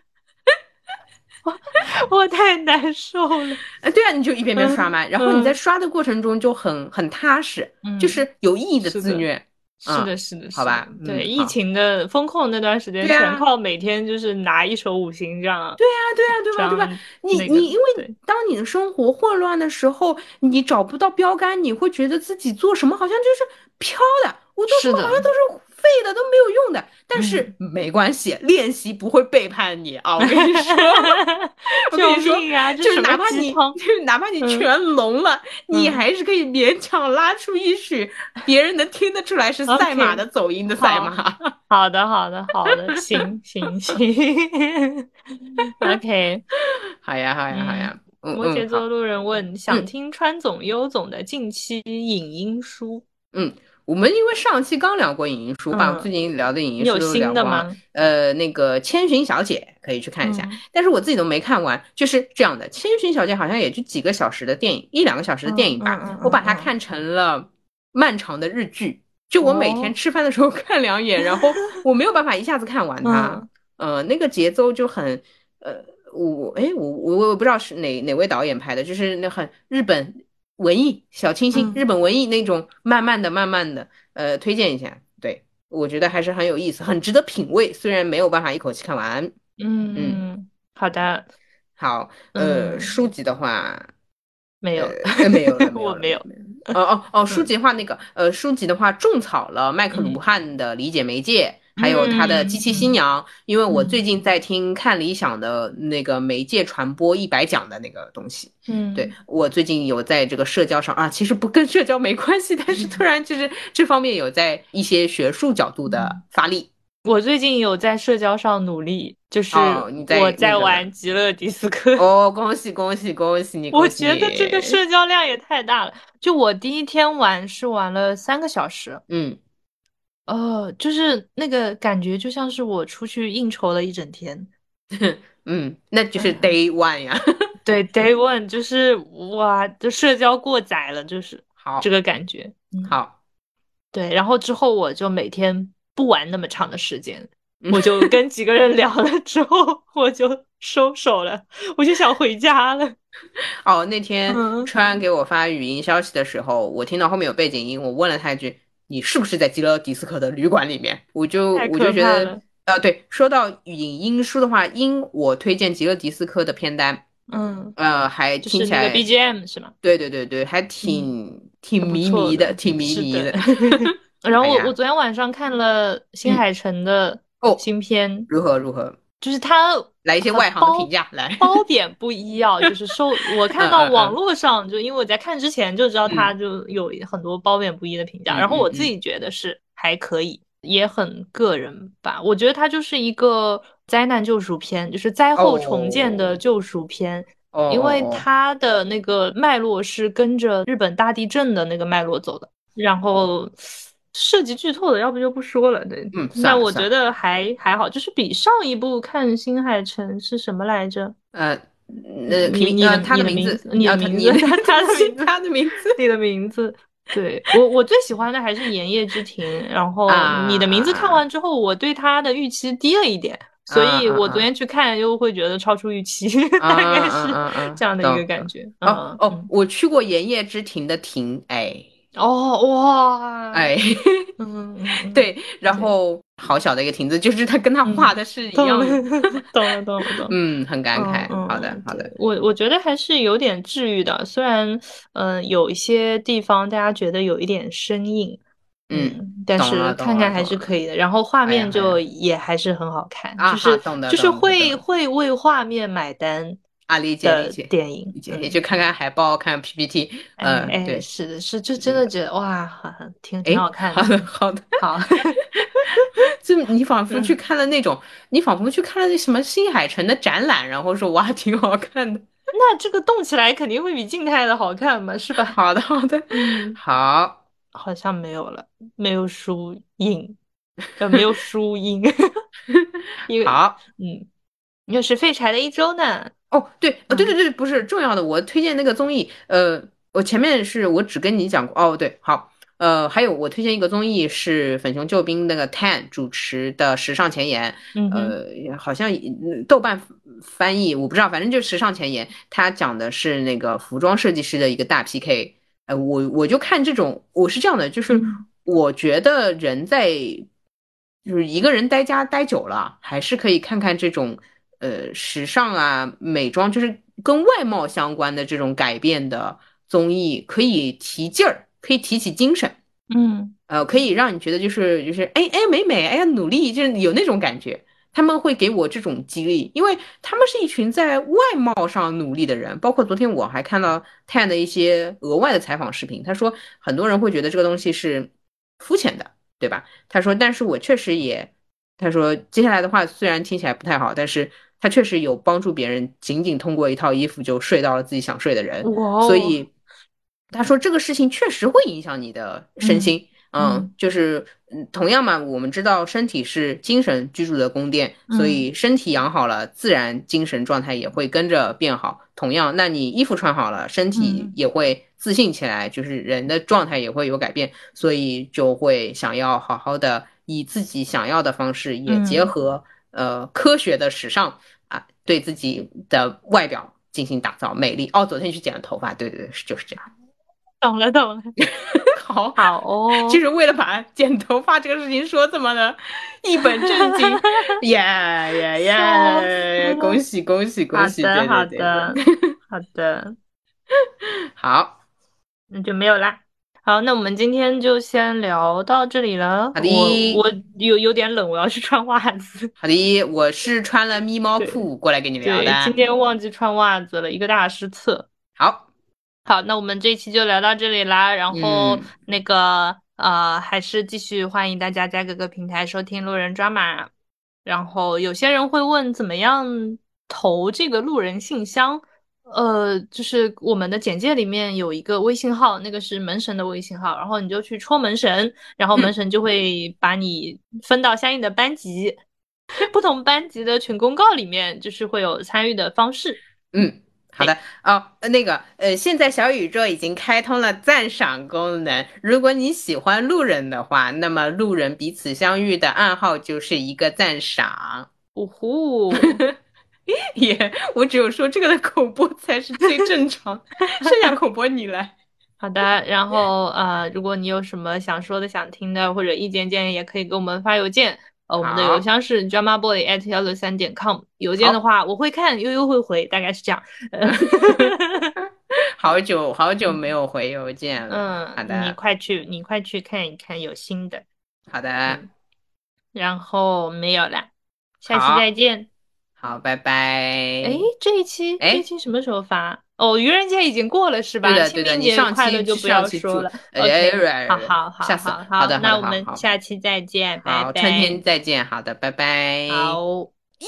我太难受了。 对啊，你就一遍遍刷嘛，然后你在刷的过程中就很踏实，就是有意义的自虐。 是的， 好吧。 对，疫情的风控那段时间，全靠每天就是拿一首5星这样。 对吧？你因为当你的生活混乱的时候，你找不到标杆，你会觉得自己做什么好像就是飘的，我做什么好像都是废的，都没有用的。但是没关系，练习不会背叛你啊！我跟你说， 救命啊！ 就是哪怕你全聋了，你还是可以勉强拉出一曲别人能听得出来是赛马的走音的赛马。 好的，行。OK， 好呀。 摩羯座路人问，想听川总、优总的近期影音书。 我们因为上期刚聊过影音书，把我们最近聊的影音书都聊过吗？那个千寻小姐可以去看一下，但是我自己都没看完。就是这样的，千寻小姐好像也就几个小时的电影，1-2个小时的电影吧。我把它看成了漫长的日剧，就我每天吃饭的时候看2眼，然后我没有办法一下子看完它。那个节奏就很我不知道是哪位导演拍的，就是那很日本文艺小清新，日本文艺那种慢慢的，推荐一下。对，我觉得还是很有意思，很值得品味，虽然没有办法一口气看完。 好的。 好，书籍的话没有我没有。书籍的话书籍的话种草了麦克卢汉的理解媒介，还有他的机器新娘，因为我最近在听看理想的那个媒介传播100讲的那个东西。对，我最近有在这个社交上其实不跟社交没关系，但是突然就是这方面有在一些学术角度的发力。 我最近有在社交上努力，就是我在玩极乐迪斯科。 恭喜你！ 我觉得这个社交量也太大了。就我第一天玩是玩了3个小时。就是那个感觉就像是我出去应酬了一整天。 那就是 day one 呀。 对 day one 就是哇，就社交过载了，就是这个感觉。 好。 对，然后之后我就每天不玩那么长的时间，我就跟几个人聊了之后，我就收手了，我就想回家了。 那天川给我发语音消息的时候，我听到后面有背景音，我问了他一句：“你是不是在极乐迪斯科的旅馆里面？”我就觉得，对，说到影音书的话，我推荐极乐迪斯科的片单，还听起来就是那个 BGM 是吗？ 对，还挺迷迷的，挺迷迷的。 然后我昨天晚上看了新海诚的新片。 如何？ 就是他来一些外行的评价来， 褒贬不一啊，就是我看到网络上就因为我在看之前就知道他就有很多褒贬不一的评价，然后我自己觉得是还可以，也很个人吧。我觉得它就是一个灾难救赎片，就是灾后重建的救赎片，因为它的那个脉络是跟着日本大地震的那个脉络走的，然后。涉及剧透的，要不就不说了。对，那我觉得还好，就是比上一部看新海诚是什么来着？ 他的名字， 你的名字， 他的名字，他的名字， 你的名字。对，我最喜欢的还是《炎夜之庭》，然后你的名字看完之后，我对他的预期低了一点，所以我昨天去看又会觉得超出预期，大概是这样的一个感觉。 我去过《炎夜之庭》的庭，哎。 哇， 哎，对，然后好小的一个亭子，就是他跟他画的是一样的， 懂了， 很感慨。好的， 我觉得还是有点治愈的，虽然有一些地方大家觉得有一点生硬，但是看看还是可以的。然后画面就也还是很好看，就是会为画面买单。 理解电影， 也就看看海报，看 PPT，对， 是的，就真的觉得哇，挺好看的。好的， 好， 就你仿佛去看了那种，你仿佛去看了那什么新海诚的展览，然后说哇，挺好看的。 那这个动起来肯定会比静态的好看嘛，是吧？ 好的，好， 好像没有了，没有输赢，没有输赢， 好， 又是废柴的一周呢。 对，不是重要的，我推荐那个综艺，我前面是我只跟你讲过，对，好，还有我推荐一个综艺是粉熊救兵那个 Tan 主持的时尚前沿，好像豆瓣翻译我不知道，反正就是时尚前沿，他讲的是那个服装设计师的一个大 PK，我就看这种，我是这样的，就是我觉得人在就是一个人待家待久了，还是可以看看这种。时尚啊，美妆就是跟外貌相关的这种改变的综艺，可以提劲儿，可以提起精神，可以让你觉得就是美，哎呀努力，就是有那种感觉。他们会给我这种激励，因为他们是一群在外貌上努力的人。包括昨天我还看到 Tan 的一些额外的采访视频，他说很多人会觉得这个东西是肤浅的，对吧？他说，但是我确实也，他说接下来的话虽然听起来不太好，但是。他确实有帮助别人，仅仅通过一套衣服就睡到了自己想睡的人，所以他说这个事情确实会影响你的身心，就是同样嘛，我们知道身体是精神居住的宫殿，所以身体养好了，自然精神状态也会跟着变好。同样，那你衣服穿好了，身体也会自信起来，就是人的状态也会有改变，所以就会想要好好的以自己想要的方式，也结合科学的时尚。对自己的外表进行打造美丽。昨天去剪了头发，对，就是这样。 懂了。 好哦， 就是为了把剪头发这个事情说这么的一本正经，耶！恭喜！ 好的，好的， 好， 那就没有啦。好，那我们今天就先聊到这里了。 好的， 我有点冷，我要去穿袜子。 好的，我是穿了咪猫裤过来跟你聊的。 对，今天忘记穿袜子了，一个大失策。好，那我们这一期就聊到这里啦。然后那个还是继续欢迎大家在各个平台收听路人抓马。然后有些人会问怎么样投这个路人信箱？就是我们的简介里面有一个微信号，那个是门神的微信号，然后你就去戳门神，然后门神就会把你分到相应的班级，不同班级的群公告里面就是会有参与的方式。 好的那个现在小宇宙已经开通了赞赏功能，如果你喜欢路人的话，那么路人彼此相遇的暗号就是一个赞赏。 呜呼， 我只有说这个的口播才是最正常，剩下口播你来。 好的，然后如果你有什么想说的、想听的或者意见建议，也可以给我们发邮件。我们的邮箱是 dramaboy@163.com。邮件的话，我会看，悠悠会回，大概是这样。 好久没有回邮件了。好的， 你快去看一看，有新的。 好的， 然后没有啦，下期再见。 好，拜拜。 这一期什么时候发？哦，愚人节已经过了是吧？ 对的， 清明节快乐就不要说了。OK， 好， 吓死了。好的， 那我们下期再见，拜拜。 春天再见，好的，拜拜。 好。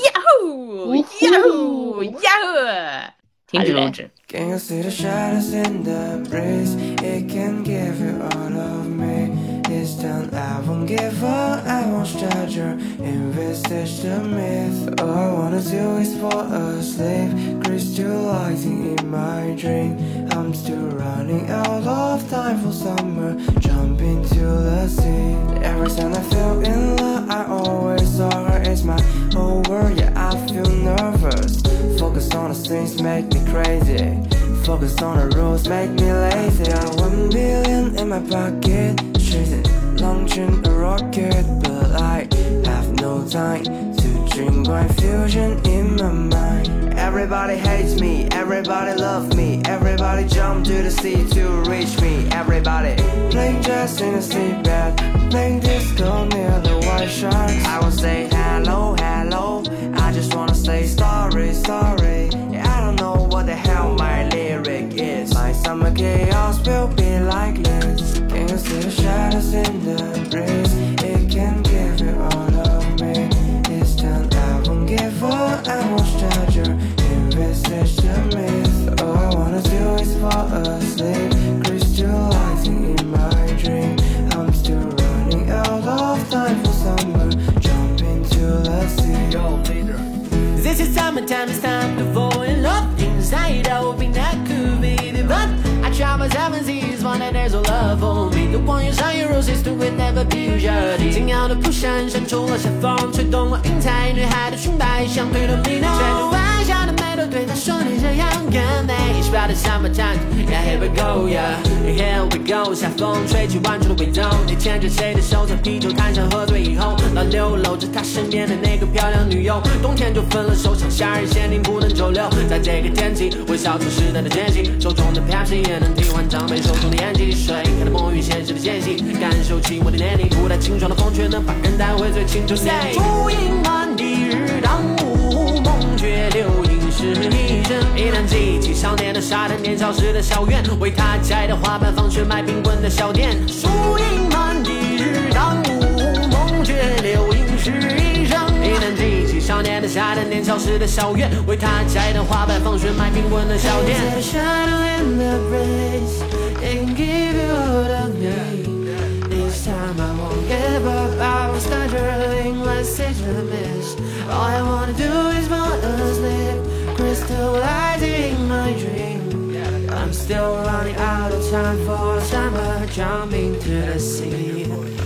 Yahoo! Yahoo! Yahoo! 停止录制。 Can you see the shadows in the breeze? It can give you all of me. This time I won't give up, I won't judge you. Envisage the myth. All I wanna do is fall asleep, crystallizing in my dream. I'm still running out of time for summer. Jump into the sea. Every time I feel in love, I always saw her as my whole world. Yeah, I feel nervous. Focus on the things make me crazy. Focus on the rules make me lazy. I got 1 billion in my pocket, chasing, launching a rocket, but I have no time to drink confusion in my mind. Everybody hates me, everybody loves me, everybody jump to the sea to reach me. Everybody playing jazz in a seabed, playing disco near the white sharks. I will say hello, hello, I just wanna say sorry, sorry. Yeah, I don't know what the hell my lyric is. My summer chaos will be like this. Can you see the shadows in the breeze? It can give you all of me. This time I won't give up, I won't judge you. Envisage the myth. All I wanna do is fall asleep, crystallizing in my dream. I'm still running out of time for summer. Jump into the sea. Yo, leader. This is summertime, it's time to fall in love. Inside, hoping that could be the one. I travel 7 seas, one that there's a love for me. 的光源上有 roses to it never be usually. 紧要的蒲扇扇出了夏风，吹动了云彩，女孩的裙摆像对了迷弄。吹着晚霞的美都对她说你这样更美。It's about the summertime, yeah here we go, yeah here we go. 夏风吹起晚秋的味道，你牵着谁的手在啤酒摊上喝醉以后，老刘搂着他身边的那个漂亮女友，冬天就分了手唱，夏日限定不能周六。在这个天气，微笑出时代的间隙，手中的 Pepsi 也能替换长辈手中的烟气。水看着梦与现实的间隙，感受寂寞的年龄，不带清爽的风却能把人带回最青春年龄。烛影满地日当午，梦觉流萤是一生。一旦记起少年的沙滩，年少时的校园，为他摘的花瓣，放学卖冰棍的小店。烛影满地日当午，梦觉流萤是一生。一旦记起少年的沙滩，年少时的校园，为他摘的花瓣，放学卖冰棍的小店。It can give you all of me. This time I won't give up, I will start drilling, let's sit in the mist. All I wanna do is fall asleep, crystallizing my dream. I'm still running out of time for summer, jumping to the sea.